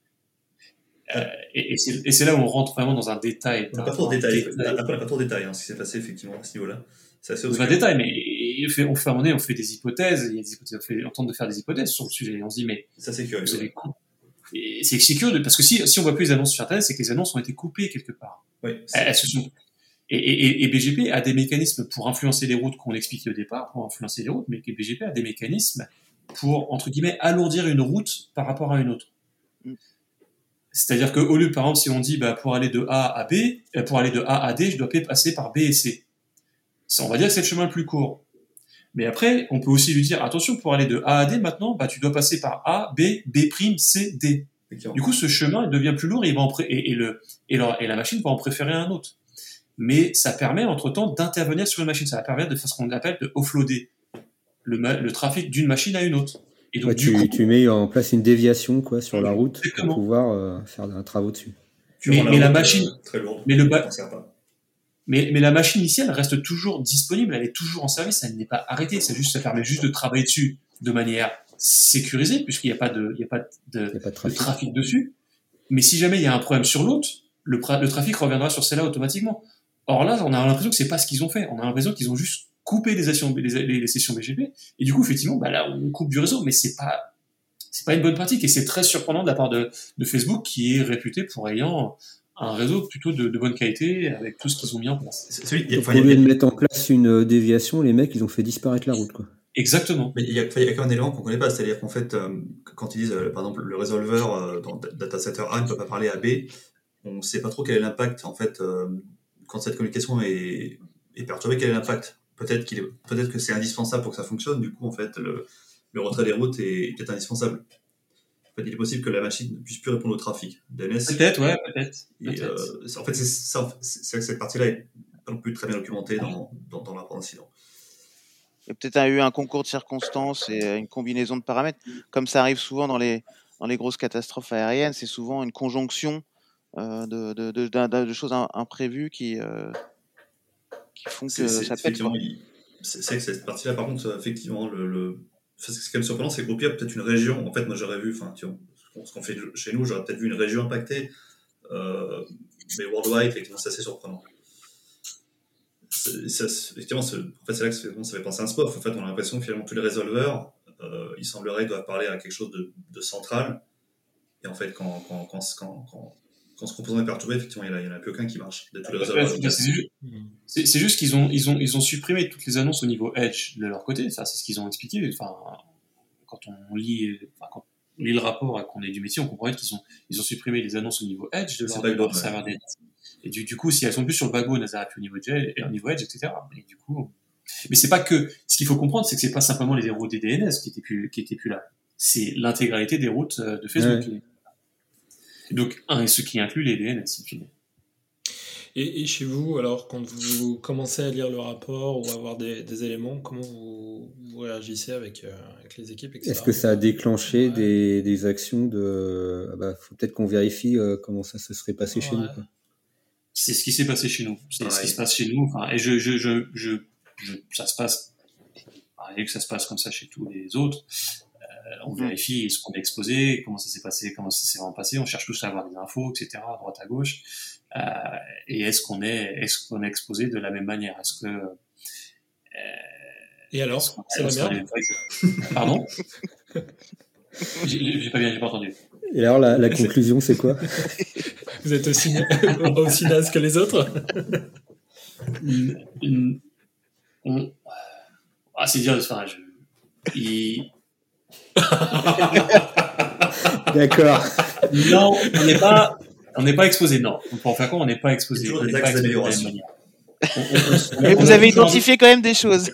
Et c'est là où on rentre vraiment dans un détail. On n'a pas trop de détails. Après, on n'a pas trop de détails, ce qui s'est passé effectivement à ce niveau-là. C'est assez obscur. C'est pas de détail, mais on fait à un moment donné, on fait des hypothèses. Il y a des hypothèses, on tente de faire des hypothèses sur le sujet. Et on se dit mais ça c'est curieux. C'est curieux parce que si on voit plus les annonces sur Internet, c'est que les annonces ont été coupées quelque part. Oui. Elles se sont. Et BGP a des mécanismes pour influencer les routes qu'on expliquait au départ, pour influencer les routes, mais BGP a des mécanismes pour, entre guillemets, alourdir une route par rapport à une autre. C'est-à-dire qu'au lieu, par exemple, si on dit pour aller de A à B, pour aller de A à D, je dois passer par B et C. Ça, on va dire que c'est le chemin le plus court. Mais après, on peut aussi lui dire, attention, pour aller de A à D, maintenant, tu dois passer par A, B, B', C, D. Du coup, ce chemin, il devient plus lourd et la machine va en préférer un autre. Mais ça permet, entre-temps, d'intervenir sur une machine. Ça va permettre de faire ce qu'on appelle de offloader le trafic d'une machine à une autre. Et donc, tu mets en place une déviation sur la route pour pouvoir faire un travaux dessus. Mais la machine, très lourde, mais la machine initiale reste toujours disponible, elle est toujours en service, elle n'est pas arrêtée. Ça permet juste de travailler dessus de manière sécurisée, puisqu'il n'y a pas de trafic dessus. Mais si jamais il y a un problème sur l'autre, le trafic reviendra sur celle-là automatiquement. Or là, on a l'impression que c'est pas ce qu'ils ont fait. On a l'impression qu'ils ont juste coupé les sessions BGP. Et du coup, effectivement, là, on coupe du réseau, mais c'est pas une bonne pratique. Et c'est très surprenant de la part de Facebook, qui est réputé pour ayant un réseau plutôt de bonne qualité avec tout ce qu'ils ont mis en place. Au lieu de mettre en place une déviation, les mecs, ils ont fait disparaître la route, quoi. Exactement. Mais il y a quand même un élément qu'on connaît pas, c'est-à-dire qu'en fait, quand ils disent, par exemple, le résolveur dans data center A ne peut pas parler à B, on ne sait pas trop quel est l'impact, en fait, quand cette communication est perturbée, quel est l'impact. Peut-être que c'est indispensable pour que ça fonctionne, du coup, en fait, le retrait des routes est peut-être indispensable. En fait, il est possible que la machine ne puisse plus répondre au trafic DNS. Peut-être. En fait, c'est que cette partie-là est pas non plus très bien documentée dans le rapport d'incident. Il y a peut-être eu un concours de circonstances et une combinaison de paramètres. Comme ça arrive souvent dans les grosses catastrophes aériennes, c'est souvent une conjonction de choses imprévues qui font que ça pète. C'est que cette partie-là, par contre, effectivement, ce qui est quand même surprenant, c'est qu'au pire, peut-être une région. En fait, moi, j'aurais vu, ce qu'on fait chez nous, j'aurais peut-être vu une région impactée, mais worldwide, effectivement, c'est assez surprenant. Effectivement, en fait, c'est là que ça fait penser à un SPOF. En fait, on a l'impression que finalement tous les résolveurs, il semblerait, doivent parler à quelque chose de central. Et en fait, quand ce composant est perturbé, effectivement, il n'y en a plus aucun qui marche. De tous les résolveurs. C'est juste qu'ils ont supprimé toutes les annonces au niveau Edge de leur côté. Ça, c'est ce qu'ils ont expliqué. Enfin, quand on lit le rapport et qu'on est du métier, on comprend qu'ils ont supprimé les annonces au niveau Edge de leur serveur DNS. Et du coup, si elles sont plus sur le backbone, elles arrivent plus au niveau Edge, etc. Et du coup, Mais c'est pas que, ce qu'il faut comprendre, c'est que c'est pas simplement les routes des DNS qui étaient plus là. C'est l'intégralité des routes de Facebook. Ouais. Donc, ce qui inclut les DNS, in fine. Et chez vous, alors, quand vous commencez à lire le rapport ou à avoir des éléments, comment vous réagissez avec les équipes, etc. Est-ce que ça a déclenché des actions de... faut peut-être qu'on vérifie comment ça se serait passé chez nous, quoi. C'est ce qui s'est passé chez nous. C'est ce qui se passe chez nous. Enfin, et ça se passe, que ça se passe comme ça chez tous les autres. On vérifie ce qu'on a exposé, comment ça s'est passé, comment ça s'est vraiment passé. On cherche tous à avoir des infos, etc., à droite, à gauche. Et est-ce qu'on est exposé de la même manière? Est-ce que et alors, c'est la merde? Pardon? J'ai pas entendu. Et alors, la conclusion, c'est quoi? Vous êtes aussi naze que les autres? C'est dire, enfin, D'accord. Non, on n'est pas exposé, non. Pour en faire quoi, on n'est pas exposé. Toujours on des n'est pas axes exposé de la même d'amélioration. manière. Mais vous avez identifié quand même des choses.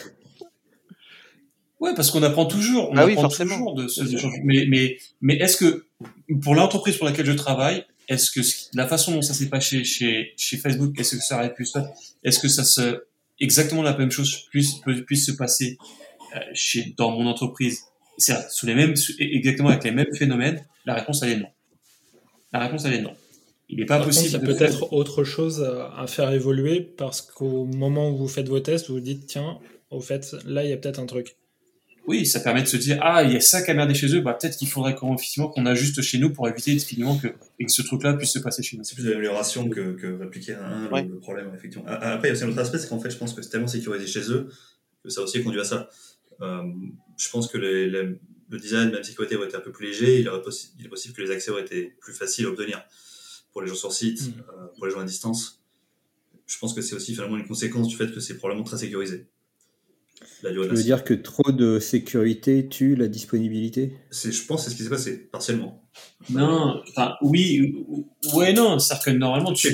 Ouais, parce qu'on apprend toujours. Oui, forcément. Toujours de ce genre. Mais est-ce que, pour l'entreprise pour laquelle je travaille, est-ce que la façon dont ça s'est passé chez Facebook, est-ce que ça aurait pu se faire? Est-ce que exactement la même chose puisse se passer dans mon entreprise? C'est exactement avec les mêmes phénomènes. La réponse, elle est non. Il n'est pas possible. Il y a peut-être autre chose à faire évoluer parce qu'au moment où vous faites vos tests, vous vous dites, tiens, au fait, là, il y a peut-être un truc. Oui, ça permet de se dire, il y a ça qui a merdé chez eux, peut-être qu'il faudrait effectivement qu'on ajuste chez nous pour éviter finalement que ce truc-là puisse se passer chez nous. C'est plus de l'amélioration que répliquer le problème, effectivement. Après, il y a aussi un autre aspect, c'est qu'en fait, je pense que c'est tellement sécurisé chez eux que ça a aussi conduit à ça. Je pense que le design, même sécurité, aurait été un peu plus léger. Il est possible que les accès auraient été plus faciles à obtenir pour les gens sur site, pour les gens à distance. Je pense que c'est aussi finalement une conséquence du fait que c'est probablement très sécurisé. Tu veux dire que trop de sécurité tue la disponibilité? Je pense que c'est ce qui s'est passé, partiellement. Non, enfin, oui, ouais, non, c'est-à-dire que normalement, c'est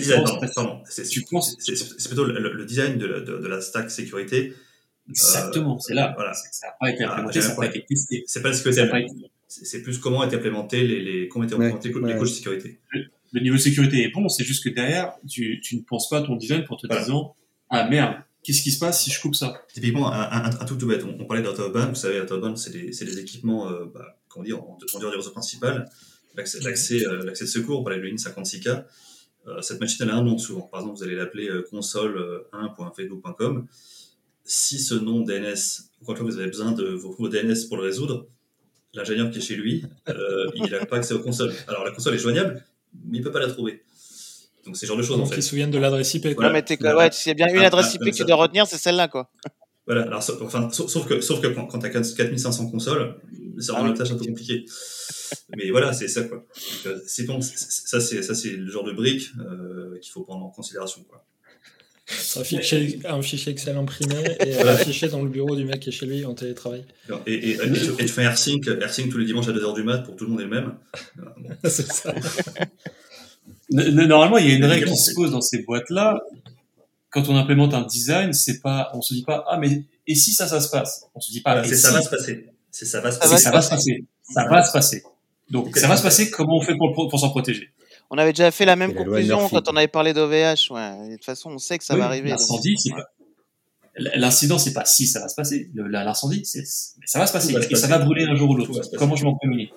plutôt le design de la stack sécurité. Exactement, c'est là. Voilà. Ça n'a pas été implémenté, ça n'a pas été testé. C'est pas ce que c'est plus comment ont été implémentés les couches de sécurité. Le niveau de sécurité est bon, c'est juste que derrière, tu ne penses pas à ton design pour te disant, merde, qu'est-ce qui se passe si je coupe ça? Typiquement, un truc tout bête. On parlait d'out-of-band. Vous savez, out-of-band, c'est des équipements, en dehors du réseau principal. L'accès de secours, on parlait de l'UNI 56K. Cette machine, elle a un nom souvent. Par exemple, vous allez l'appeler console1.facebook.com. Si ce nom DNS, ou quand vous avez besoin de vos DNS pour le résoudre, l'ingénieur qui est chez lui, il n'a pas accès aux consoles. Alors, la console est joignable, mais il ne peut pas la trouver. Donc, c'est ce genre de choses, en fait. Ils se souviennent de l'adresse IP. Voilà. Non, mais s'il y a bien une adresse IP que tu dois retenir, c'est celle-là, quoi. Voilà, alors, sauf que quand tu as 4500 consoles, ça rend la tâche un peu compliquée. Mais voilà, c'est ça, quoi. Donc, c'est bon, ça, c'est le genre de brique qu'il faut prendre en considération, quoi. Un fichier Excel imprimé et affiché dans le bureau du mec qui est chez lui en télétravail. Et tu fais AirSync tous les dimanches à 2h du mat pour que tout le monde est le même. Bon. C'est ça. Normalement, il y a une règle qui se pose dans ces boîtes-là. Quand on implémente un design, on se dit pas, mais et si ça se passe? On se dit pas, ça va se passer. Ça va se passer. Donc, ça va se passer, comment on fait pour s'en protéger? On avait déjà fait la même conclusion quand on avait parlé d'OVH. Ouais. De toute façon, on sait que ça va arriver. L'incendie, l'incident, c'est pas si ça va se passer. L'incendie, ça va se passer. Et ça va brûler un jour ou l'autre. Comment je m'en prémunir?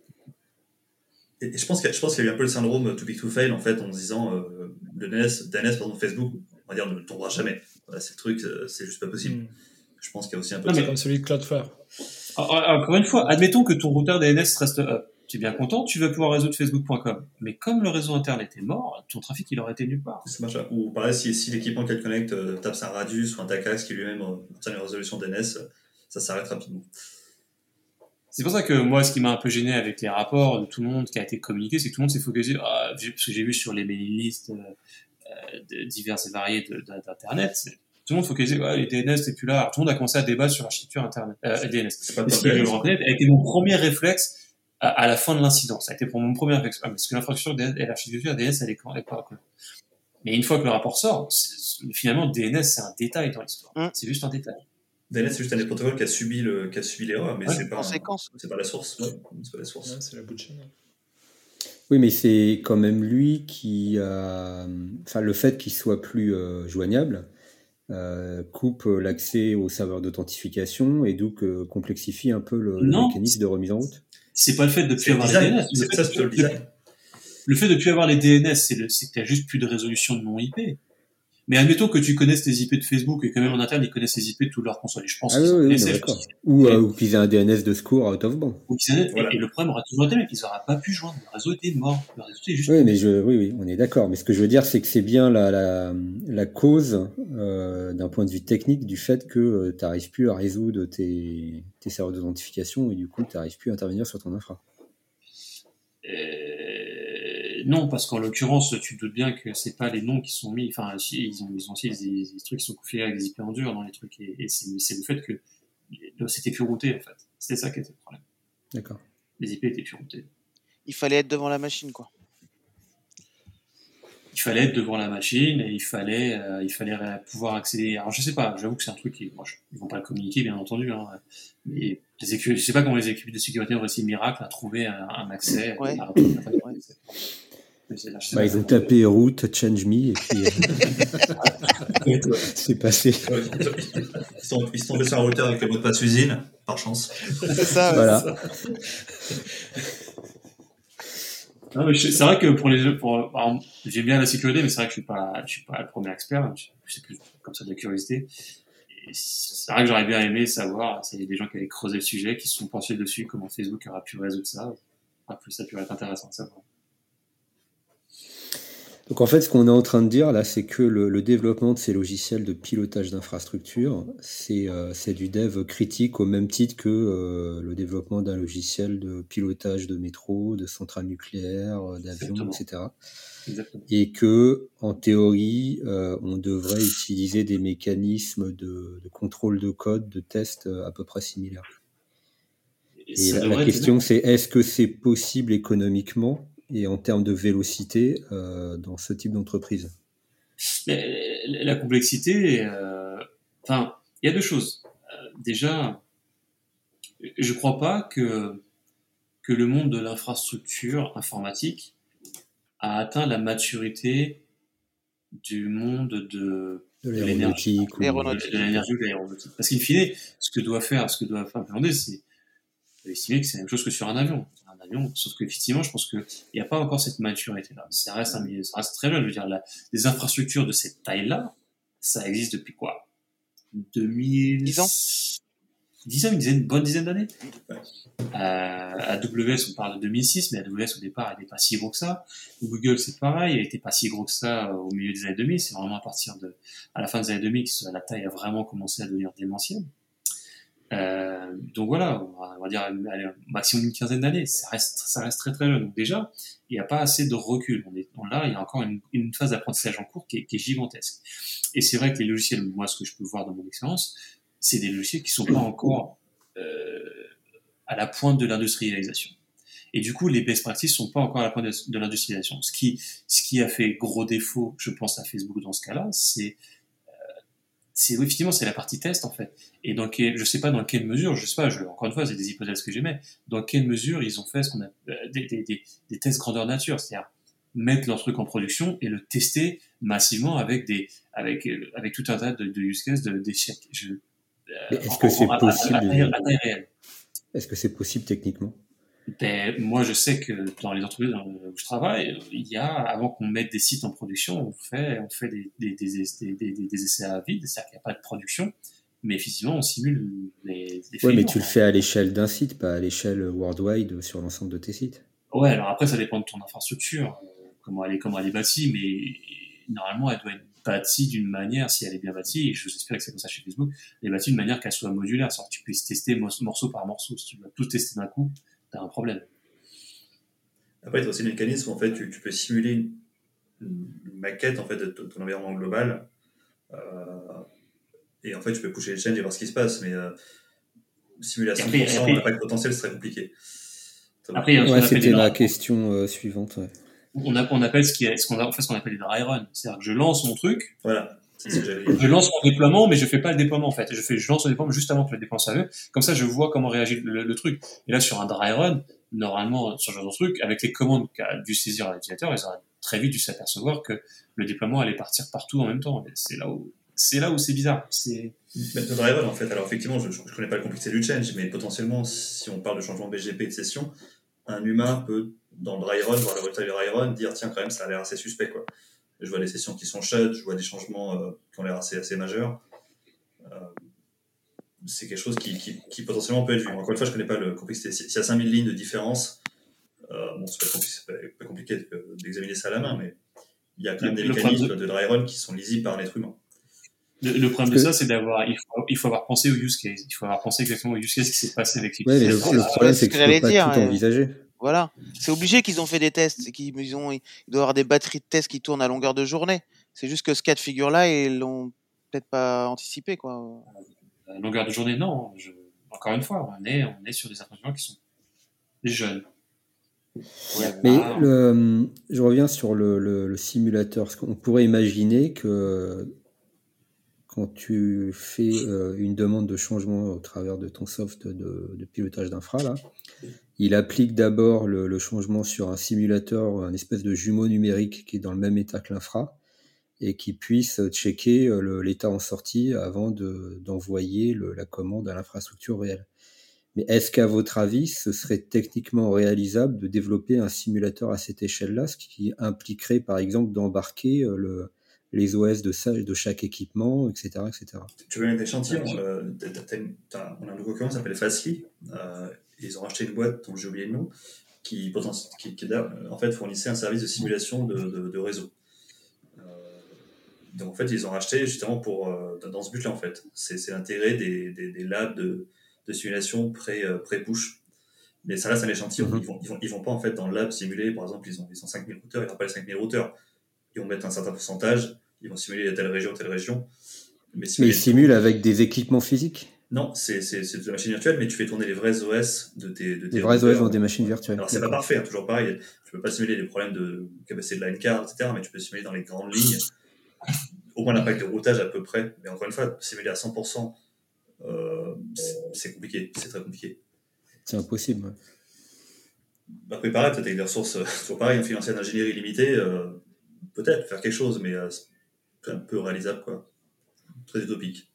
Et je pense qu'il y a eu un peu le syndrome too big to fail, en fait, en se disant le DNS, par exemple, Facebook, on va dire, ne tombera jamais. Voilà, c'est le truc, c'est juste pas possible. Je pense qu'il y a aussi un peu de ça. Comme celui de Cloudflare. Encore une fois, admettons que ton routeur DNS reste up. Tu es bien content, tu vas pouvoir résoudre Facebook.com. Mais comme le réseau Internet est mort, ton trafic, il aurait été nulle part. Ou pareil, si l'équipement qu'elle connecte tape un radius ou un TACAX qui lui-même obtient une résolution DNS, ça s'arrête rapidement. C'est pour ça que moi, ce qui m'a un peu gêné avec les rapports de tout le monde qui a été communiqué, c'est que tout le monde s'est focalisé, parce que j'ai vu sur les mailing lists diverses et variées d'Internet, tout le monde focalisait, les DNS, c'est plus là. Alors, tout le monde a commencé à débattre sur l'architecture Internet, DNS. Ce qui a été mon premier réflexe à la fin de l'incident. Ça a été pour mon premier réflexe. Parce que l'infrastructure et l'architecture DNS, elle est pas. Mais une fois que le rapport sort, finalement, DNS, c'est un détail dans l'histoire. C'est juste un détail. DNS, c'est juste un des protocoles qui a subi l'erreur, mais c'est pas la source. Ouais. C'est pas la source. Ouais, c'est la bout de chaîne. Oui, mais c'est quand même lui qui a... Enfin, le fait qu'il soit plus joignable coupe l'accès au serveur d'authentification et donc complexifie un peu le mécanisme de remise en route. C'est pas le fait de plus avoir les DNS. Le fait de plus avoir les DNS, c'est que tu n'as juste plus de résolution de nom IP. Mais admettons que tu connaisses les IP de Facebook et que même en interne, ils connaissent les IP de toutes leurs consoles. Et je pense qu'ils en connaissaient. D'accord. Ou qu'ils aient un DNS de secours out of band. Et le problème aura toujours été qu'ils n'auraient pas pu joindre. Le réseau était mort. Le réseau était juste oui, on est d'accord. Mais ce que je veux dire, c'est que c'est bien la cause, d'un point de vue technique, du fait que tu n'arrives plus à résoudre tes serveurs d'authentification et du coup, tu n'arrives plus à intervenir sur ton infra. Non, parce qu'en l'occurrence, tu te doutes bien que c'est pas les noms qui sont mis. Enfin, ils ont aussi des trucs qui sont configurés avec des IP en dur dans les trucs, et c'est le fait que c'était plus routé en fait. C'était ça qui était le problème. D'accord. Les IP étaient plus routés. Il fallait être devant la machine, quoi. Il fallait être devant la machine et il fallait pouvoir accéder. Alors je sais pas, j'avoue que c'est un truc ils vont pas le communiquer bien entendu, hein, mais je sais pas comment les équipes de sécurité ont réussi le miracle à trouver un accès. Ouais. Ils ont tapé route change me et puis c'est passé. Ils sont tombés sur un routeur avec le mot de passe usine, par chance. C'est ça. Voilà. Non, mais c'est vrai que par exemple, j'aime bien la sécurité, mais c'est vrai que je suis pas le premier expert. C'est plus comme ça de la curiosité. Et c'est vrai que j'aurais bien aimé savoir s'il y a des gens qui avaient creusé le sujet, qui se sont penchés dessus, comment Facebook aurait pu résoudre ça. Ça pourrait être intéressant de savoir. Donc en fait, ce qu'on est en train de dire là, c'est que le développement de ces logiciels de pilotage d'infrastructure, c'est du dev critique au même titre que le développement d'un logiciel de pilotage de métro, de centrales nucléaires, d'avions, etc. Exactement. Et que, en théorie, on devrait utiliser des mécanismes de contrôle de code, de test à peu près similaires. Et la question, c'est est-ce que c'est possible économiquement et en termes de vélocité dans ce type d'entreprise? Mais la complexité, il y a deux choses. Déjà, je crois pas que le monde de l'infrastructure informatique a atteint la maturité du monde de l'énergie, de l'énergie ou de l'aéronautique. Parce qu'in fine, ce que doit faire Blendé, c'est estimer que c'est la même chose que sur un avion. Sauf qu'effectivement, je pense qu'il n'y a pas encore cette maturité-là. Ça reste très jeune. Je veux dire, des infrastructures de cette taille-là, ça existe depuis quoi 10 ans 10 ans, une bonne dizaine d'années. AWS, on parle de 2006, mais AWS au départ, elle n'était pas si gros que ça. Google, c'est pareil, elle n'était pas si gros que ça au milieu des années 2000. C'est vraiment à la fin des années 2000 que la taille a vraiment commencé à devenir démentielle. Donc voilà, on va dire allez, maximum une quinzaine d'années. Ça reste très très jeune. Donc déjà, il n'y a pas assez de recul. Là, il y a encore une phase d'apprentissage en cours qui est gigantesque. Et c'est vrai que les logiciels, moi, ce que je peux voir dans mon expérience, c'est des logiciels qui sont pas encore à la pointe de l'industrialisation. Et du coup, les best practices sont pas encore à la pointe de l'industrialisation. Ce qui a fait gros défaut, je pense, à Facebook dans ce cas-là, c'est effectivement c'est la partie test en fait. Et je sais pas dans quelle mesure, encore une fois, c'est des hypothèses que j'émets, dans quelle mesure ils ont fait ce qu'on a des tests grandeur nature, c'est-à-dire mettre leur truc en production et le tester massivement avec tout un tas de use cases d'échecs. Est-ce que c'est possible à taille réelle. Est-ce que c'est possible techniquement? Moi, je sais que dans les entreprises où je travaille, avant qu'on mette des sites en production, on fait des essais à vide, c'est-à-dire qu'il n'y a pas de production, mais effectivement, on simule les failures. Oui, mais tu le fais à l'échelle d'un site, pas à l'échelle worldwide sur l'ensemble de tes sites. Ouais, alors après, ça dépend de ton infrastructure, comment elle est bâtie, mais normalement, elle doit être bâtie d'une manière, si elle est bien bâtie, et j'espère que c'est comme ça chez Facebook, elle est bâtie d'une manière qu'elle soit modulaire, c'est-à-dire que tu puisses tester morceau par morceau. Si tu vas tout tester d'un coup, t'as un problème. Après, il y a aussi le mécanisme où en fait, tu peux simuler une maquette en fait, de ton environnement global. Et en fait, tu peux pusher les changes et voir ce qui se passe. Mais simuler à 100%, l'impact potentiel serait compliqué. C'était la question suivante. Ouais. on appelle ce qu'on appelle les dry runs. C'est-à-dire que je lance mon truc. Voilà. C'est ce que j'avais dit. Je lance mon déploiement, mais je fais pas le déploiement en fait. Je lance le déploiement juste avant que le déploiement soit lieu. Comme ça, je vois comment réagit le truc. Et là, sur un dry run, normalement, sur ce genre de truc, avec les commandes qu'a dû saisir l'utilisateur, ils auraient très vite dû s'apercevoir que le déploiement allait partir partout en même temps. Et c'est là où c'est bizarre. Mais le dry run, en fait, alors effectivement, je connais pas la complexité du change, mais potentiellement, si on parle de changement BGP de session, un humain peut, dans le dry run, voir le résultat du dry run, dire tiens, quand même, ça a l'air assez suspect, quoi. Je vois des sessions qui sont shut, je vois des changements qui ont l'air assez majeurs. C'est quelque chose qui potentiellement peut être vu. Encore une fois, je connais pas le complexité. S'il y a 5000 lignes de différence, bon, c'est pas compliqué d'examiner ça à la main, mais il y a quand même des mécanismes de dry run qui sont lisibles par un être humain. Le problème de ça, c'est il faut avoir pensé au use case. Il faut avoir pensé exactement au use case qui s'est passé avec les mais le problème, c'est que tu peux pas tout envisager. Voilà. C'est obligé qu'ils ont fait des tests. Il doit y avoir des batteries de tests qui tournent à longueur de journée. C'est juste que ce cas de figure-là, ils l'ont peut-être pas anticipé, quoi. À longueur de journée, non. Encore une fois, on est sur des infrastructures qui sont jeunes. Mais je reviens sur le simulateur. On pourrait imaginer que quand tu fais une demande de changement au travers de ton soft de pilotage d'infra, là, il applique d'abord le changement sur un simulateur, un espèce de jumeau numérique qui est dans le même état que l'infra, et qui puisse checker l'état en sortie avant d'envoyer la commande à l'infrastructure réelle. Mais est-ce qu'à votre avis, ce serait techniquement réalisable de développer un simulateur à cette échelle-là, ce qui impliquerait par exemple d'embarquer les OS de chaque équipement, etc. etc. Tu veux mettre des chantiers, on a un nouveau concurrent qui s'appelle Fastly. Ils ont racheté une boîte dont j'ai oublié le nom, qui en fait fournissait un service de simulation de réseau. Donc en fait, ils ont racheté justement dans ce but-là en fait. C'est intégrer des labs de simulation pré-push. Mais ça reste un échantillon. Ils vont pas en fait dans le lab simuler, par exemple, ils ont 5000 routeurs, ils n'ont pas les 5000 routeurs. Ils vont mettre un certain pourcentage, ils vont simuler telle région. Mais ils simulent avec des équipements physiques? Non, c'est de la machine virtuelle, mais tu fais tourner les vrais OS de tes les vrais OS dans des machines virtuelles. Alors c'est pas parfait, toujours pareil. Tu peux pas simuler les problèmes de capacité de line card, etc. Mais tu peux simuler dans les grandes lignes. Au moins l'impact de routage à peu près. Mais encore une fois, simuler à 100%, c'est compliqué. C'est très compliqué. C'est impossible. Ouais. Après, pareil, peut-être avec des ressources, toujours pareil, un financier d'ingénierie limitée, peut-être faire quelque chose, mais c'est un peu réalisable, quoi. Très utopique.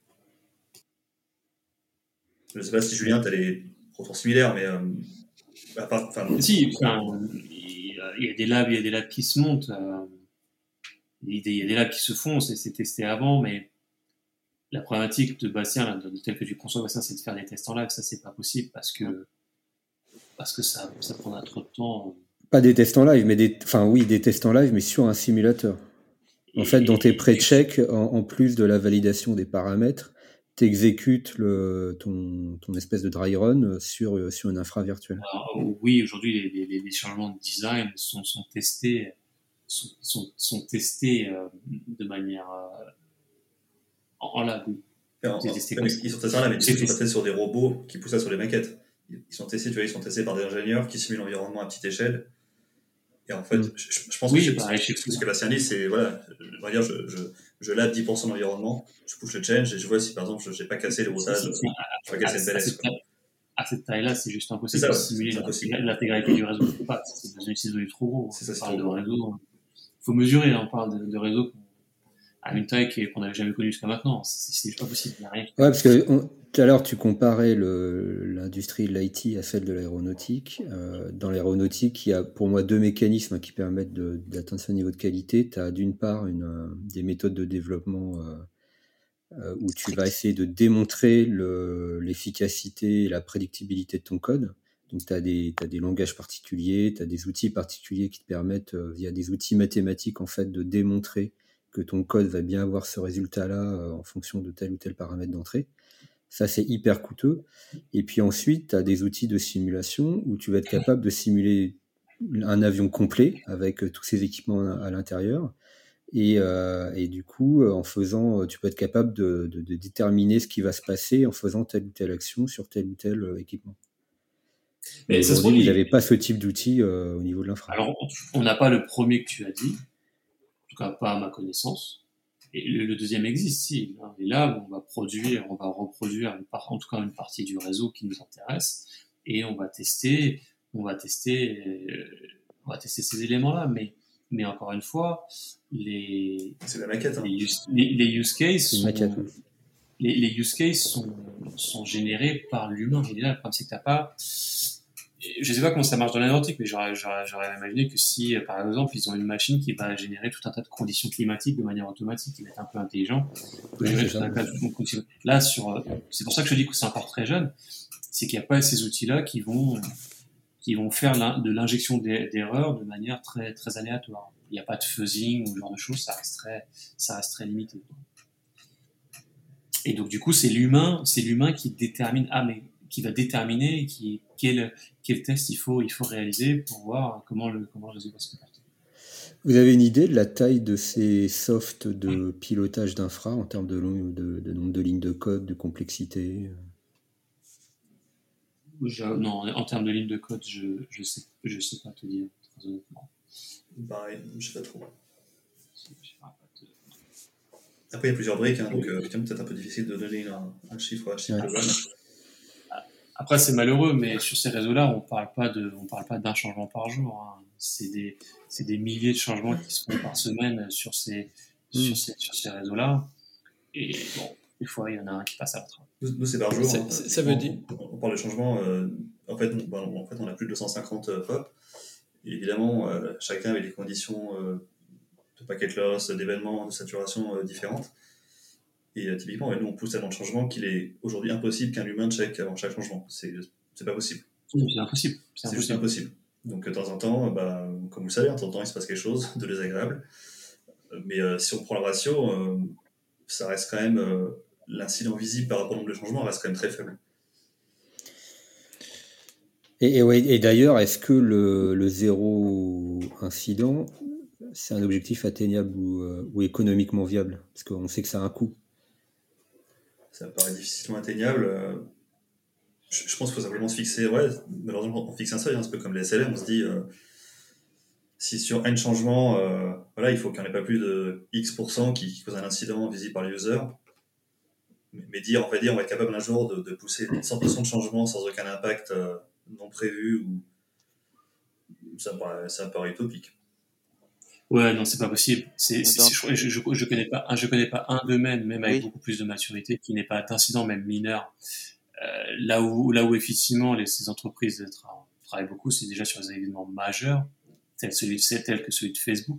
Je ne sais pas si Julien, tu as des retours similaires, mais si, il y a des labs qui se montent. Il y a des labs qui se font, c'est testé avant, mais la problématique de Bastien, tel que tu conçois Bastien, c'est de faire des tests en live. Ça, c'est pas possible parce que ça prendra trop de temps. Pas des tests en live, mais des tests en live, mais sur un simulateur. En fait, dans tes pré-checks, en plus de la validation des paramètres, tu exécutes ton espèce de dry run sur une infra virtuelle. Alors, oui, aujourd'hui, les changements de design sont testés. Sont testés de manière en lab. Ils sont testés en lab, mais ils sont testés sur des robots qui poussent ça sur les maquettes. Ils sont testés par des ingénieurs qui simulent l'environnement à petite échelle. Et en fait, je pense que ce que Bastien dit, c'est voilà, je lab 10% de l'environnement, je push le change et je vois si par exemple je n'ai pas cassé le routage, je vais casser le PLS. À cette taille-là, c'est juste impossible de simuler l'intégralité du réseau. C'est devenu trop gros. On parle de réseau. Il faut mesurer, on parle de réseau à une taille qu'on n'avait jamais connue jusqu'à maintenant. C'est juste pas possible. Il n'y a rien. Ouais, parce que tout à l'heure, tu comparais l'industrie de l'IT à celle de l'aéronautique. Dans l'aéronautique, il y a pour moi deux mécanismes qui permettent d'atteindre ce niveau de qualité. Tu as d'une part des méthodes de développement où tu vas essayer de démontrer l'efficacité et la prédictibilité de ton code. Donc, tu as des langages particuliers, tu as des outils particuliers qui te permettent, via des outils mathématiques, en fait, de démontrer que ton code va bien avoir ce résultat-là en fonction de tel ou tel paramètre d'entrée. Ça, c'est hyper coûteux. Et puis ensuite, tu as des outils de simulation où tu vas être capable de simuler un avion complet avec tous ses équipements à l'intérieur. Et du coup, tu peux être capable de déterminer ce qui va se passer en faisant telle ou telle action sur tel ou tel équipement. Mais ça se aujourd'hui, trouve, vous n'avez pas ce type d'outil au niveau de l'infra. alors, on n'a pas le premier que tu as dit, en tout cas pas à ma connaissance. Et le deuxième existe, si. Et là, on va reproduire en tout cas une partie du réseau qui nous intéresse, et on va tester ces éléments-là. Mais encore une fois, C'est la maquette. les use cases C'est une maquette. les use cases sont générés par l'humain. Et là, le problème, c'est que t'as pas. Je sais pas comment ça marche dans l'aéronautique, mais j'aurais imaginé que si, par exemple, ils ont une machine qui va générer tout un tas de conditions climatiques de manière automatique, qui va être un peu intelligent, pour générer tout un tas de conditions. Là, c'est pour ça que je dis que c'est encore très jeune, c'est qu'il n'y a pas ces outils-là qui vont faire de l'injection d'erreurs de manière très, très aléatoire. Il n'y a pas de fuzzing ou ce genre de choses, ça reste très limité. Et donc, du coup, c'est l'humain qui détermine, qui va déterminer quel test il faut réaliser pour voir comment le réseau va se comporter. Vous avez une idée de la taille de ces softs de pilotage d'infra en termes de nombre de lignes de code, de complexité? Non, en termes de lignes de code, je sais pas te dire, très honnêtement. Pareil, je sais pas trop. Après, il y a plusieurs briques, donc peut-être un peu difficile de donner un chiffre global. Après, c'est malheureux, mais sur ces réseaux-là, on parle pas d'un changement par jour. Hein. C'est des milliers de changements qui se font par semaine sur ces réseaux-là. Et bon, des fois, il y en a un qui passe à l'autre. Nous, c'est par jour. Ça veut dire. On parle de changement. En fait, on a plus de 250 POP. Et évidemment, chacun avait des conditions de packet loss, d'événements, de saturation différentes. Et typiquement, nous, on pousse tellement de changements qu'il est aujourd'hui impossible qu'un humain check avant chaque changement. C'est pas possible. C'est impossible. C'est juste impossible. Donc, de temps en temps, comme vous le savez, de temps en temps, il se passe quelque chose de désagréable. Mais si on prend le ratio, ça reste quand même... l'incident visible par rapport au nombre de changements reste quand même très faible. Et d'ailleurs, est-ce que le zéro incident, c'est un objectif atteignable ou économiquement viable? Parce qu'on sait que ça a un coût. Ça me paraît difficilement atteignable. Je pense qu'il faut simplement se fixer. Ouais, malheureusement, on fixe un seuil, c'est un peu comme les SLM. On se dit, si sur N changements, il faut qu'il n'y en ait pas plus de X% qui cause un incident visible par le user. Mais on va être capable un jour de pousser 100% de changements sans aucun impact non prévu, ça me paraît utopique. Ouais, non, c'est pas possible. Je connais pas un domaine, même avec beaucoup plus de maturité, qui n'ait pas d'incident, même mineur. Là où effectivement ces entreprises travaillent beaucoup, c'est déjà sur des événements majeurs, tels que celui de Facebook.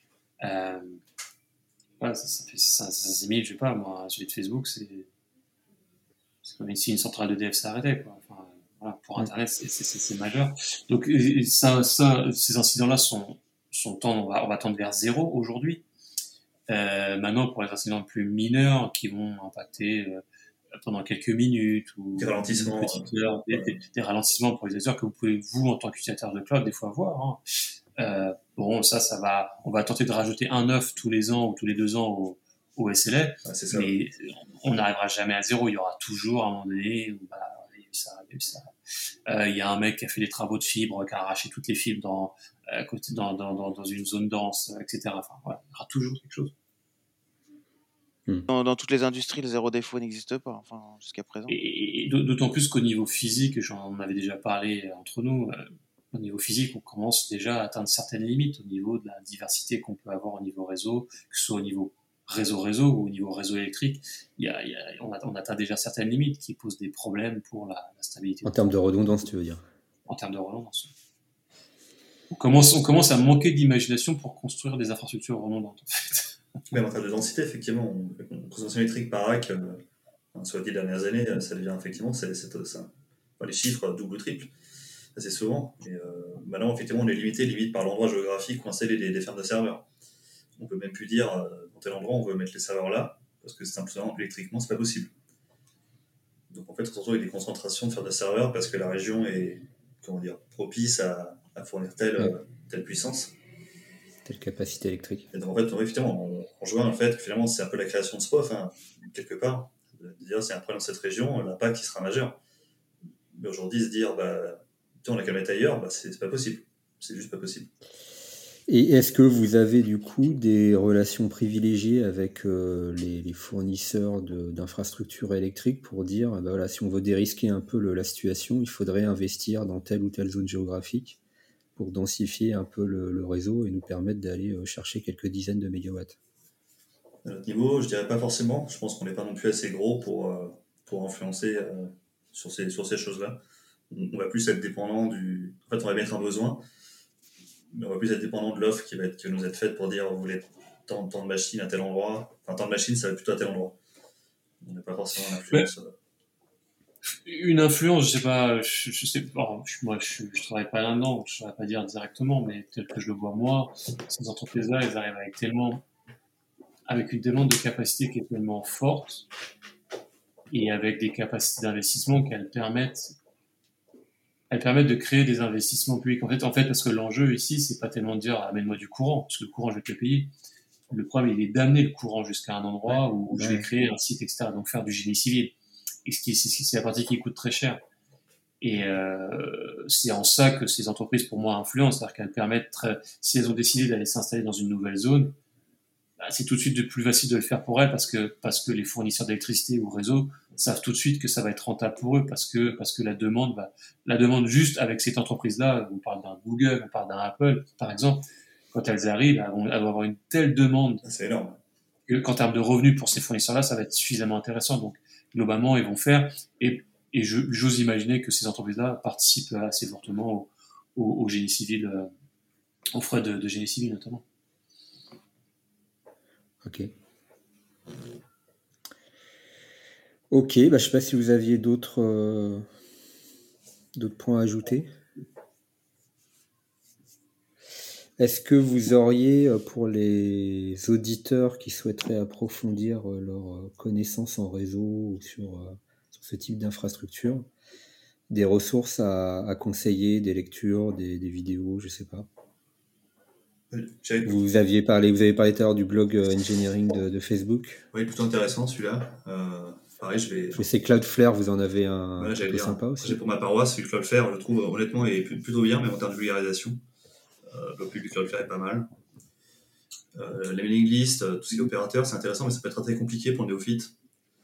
Ça s'assimile, je sais pas, moi, celui de Facebook, c'est comme si une centrale d'EDF s'arrêtait, quoi. Enfin, voilà, pour Internet, c'est majeur. Donc, ces incidents-là on va tendre vers zéro aujourd'hui. Maintenant, pour les incidents plus mineurs qui vont impacter pendant quelques minutes ou des ralentissements, une petite heure, des ralentissements pour les utilisateurs que vous pouvez, vous, en tant qu'utilisateur de cloud, des fois voir. Hein. Bon, on va tenter de rajouter un œuf tous les ans ou tous les 2 ans au SLA, mais on n'arrivera jamais à zéro. Il y aura toujours, à un moment donné, où, il y a eu ça. Il y a un mec qui a fait des travaux de fibres, qui a arraché toutes les fibres dans une zone dense, etc. Enfin, voilà, il y aura toujours quelque chose. Dans toutes les industries, le zéro défaut n'existe pas, enfin, jusqu'à présent. Et d'autant plus qu'au niveau physique, j'en avais déjà parlé entre nous, au niveau physique, on commence déjà à atteindre certaines limites au niveau de la diversité qu'on peut avoir au niveau réseau, que ce soit au niveau réseau ou au niveau réseau électrique. On atteint déjà certaines limites qui posent des problèmes pour la stabilité. En termes de redondance, tu veux dire? En termes de redondance. On commence à manquer d'imagination pour construire des infrastructures redondantes, en fait. Même en termes de densité, effectivement, consommation électrique par rack, sur les 10 dernières années, ça devient effectivement, les chiffres double ou triple, assez souvent. Et maintenant, effectivement, on est limite par l'endroit géographique où installer des fermes de serveurs. On peut même plus dire dans tel endroit on veut mettre les serveurs là, parce que simplement électriquement, c'est pas possible. Donc en fait, on se retrouve avec des concentrations de fermes de serveurs parce que la région est, propice à fournir telle puissance. Telle capacité électrique. Et donc en fait, effectivement, on rejoint le fait que finalement c'est un peu la création de SPOF, quelque part. De dire c'est un problème dans cette région, l'impact qui sera majeur. Mais aujourd'hui, se dire on a qu'à mettre ailleurs, c'est pas possible. C'est juste pas possible. Et est-ce que vous avez du coup des relations privilégiées avec les fournisseurs d'infrastructures électriques pour dire, voilà, si on veut dérisquer un peu la situation, il faudrait investir dans telle ou telle zone géographique pour densifier un peu le réseau et nous permettre d'aller chercher quelques dizaines de mégawatts? À notre niveau, je dirais pas forcément. Je pense qu'on n'est pas non plus assez gros pour influencer sur ces choses-là. On va plus être dépendant En fait, on va mettre un besoin, mais on va plus être dépendant de l'offre qui va nous être faite pour dire vous voulez tant de machines à tel endroit. Enfin, tant de machines, ça va plutôt à tel endroit. On n'a pas forcément l'influence. Une influence, je sais pas, je sais pas, moi je travaille pas là-dedans, je saurais pas dire directement, mais tel que je le vois moi, ces entreprises-là, elles arrivent avec une demande de capacité qui est tellement forte et avec des capacités d'investissement qu'elles permettent de créer des investissements publics. En fait, parce que l'enjeu ici, c'est pas tellement de dire amène-moi du courant, parce que le courant je vais te le payer. Le problème, il est d'amener le courant jusqu'à un endroit où je vais créer un site, etc. Donc faire du génie civil. Et c'est la partie qui coûte très cher. Et c'est en ça que ces entreprises, pour moi, influencent. C'est-à-dire qu'elles permettent, si elles ont décidé d'aller s'installer dans une nouvelle zone, c'est tout de suite plus facile de le faire pour elles parce que les fournisseurs d'électricité ou réseau savent tout de suite que ça va être rentable pour eux parce que la demande juste avec cette entreprise-là, on parle d'un Google, on parle d'un Apple, par exemple, quand elles arrivent, elles vont avoir une telle demande. C'est énorme. Qu'en termes de revenus pour ces fournisseurs-là, ça va être suffisamment intéressant. Donc, globalement, ils vont faire, et j'ose imaginer que ces entreprises-là participent assez fortement au génie civil, aux frais de génie civil notamment. Ok. Ok, je ne sais pas si vous aviez d'autres points à ajouter. Est-ce que vous auriez, pour les auditeurs qui souhaiteraient approfondir leur connaissance en réseau ou sur ce type d'infrastructure, des ressources à conseiller, des lectures, des vidéos, je ne sais pas? Vous avez parlé tout à l'heure du blog engineering de Facebook. Oui, plutôt intéressant celui-là. Pareil, je sais Cloudflare, vous en avez un plutôt sympa aussi. J'ai pour ma paroisse, celui de Cloudflare, je trouve honnêtement est plutôt bien, mais en termes de vulgarisation, le blog du Cloudflare est pas mal. Les mailing lists, tout ce qui est opérateur, c'est intéressant, mais ça peut être très compliqué pour le néophyte.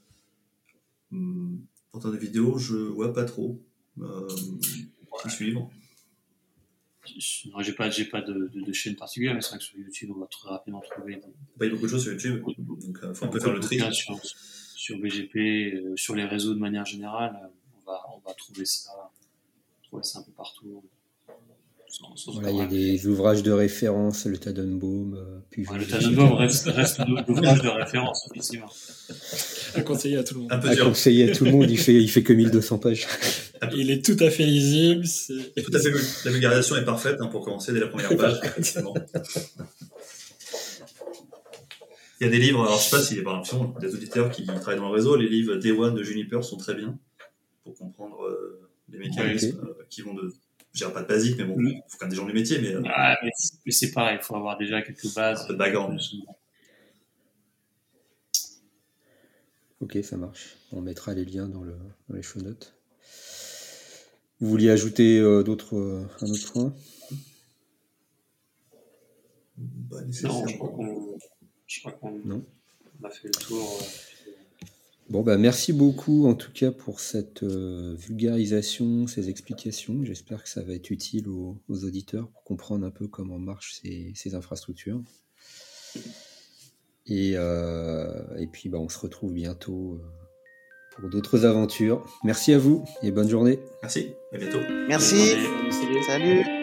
En termes de vidéos, je vois pas trop qui suivre. Non, j'ai pas de chaîne particulière, mais c'est vrai que sur YouTube, on va très rapidement trouver. Il y a beaucoup de choses sur YouTube, donc faut un peu faire le tri. Sur BGP, sur les réseaux de manière générale, on va trouver ça un peu partout. Voilà, il y a des ouvrages de référence, le Tannenbaum. Le Tannenbaum reste l'ouvrage de référence, effectivement. À conseiller à tout le monde. À conseiller à tout le monde, il fait que 1200 pages. Il est tout à fait lisible. Tout à fait, la vulgarisation est parfaite pour commencer dès la première page. Il y a des livres, alors je ne sais pas s'il y a par exemple des auditeurs qui travaillent dans le réseau, les livres Day One de Juniper sont très bien pour comprendre les mécanismes qui vont de... Je dirais pas de basique, mais bon, il faut quand même des gens du métier. Mais c'est pareil, il faut avoir déjà quelques bases. Un peu de background. Ok, ça marche. On mettra les liens dans les show notes. Vous vouliez ajouter un autre point? Non, je crois qu'on a fait le tour. Bon, merci beaucoup en tout cas pour cette vulgarisation, ces explications. J'espère que ça va être utile aux auditeurs pour comprendre un peu comment marchent ces infrastructures. Et puis on se retrouve bientôt pour d'autres aventures. Merci à vous et bonne journée. Merci, à bientôt. Merci, salut.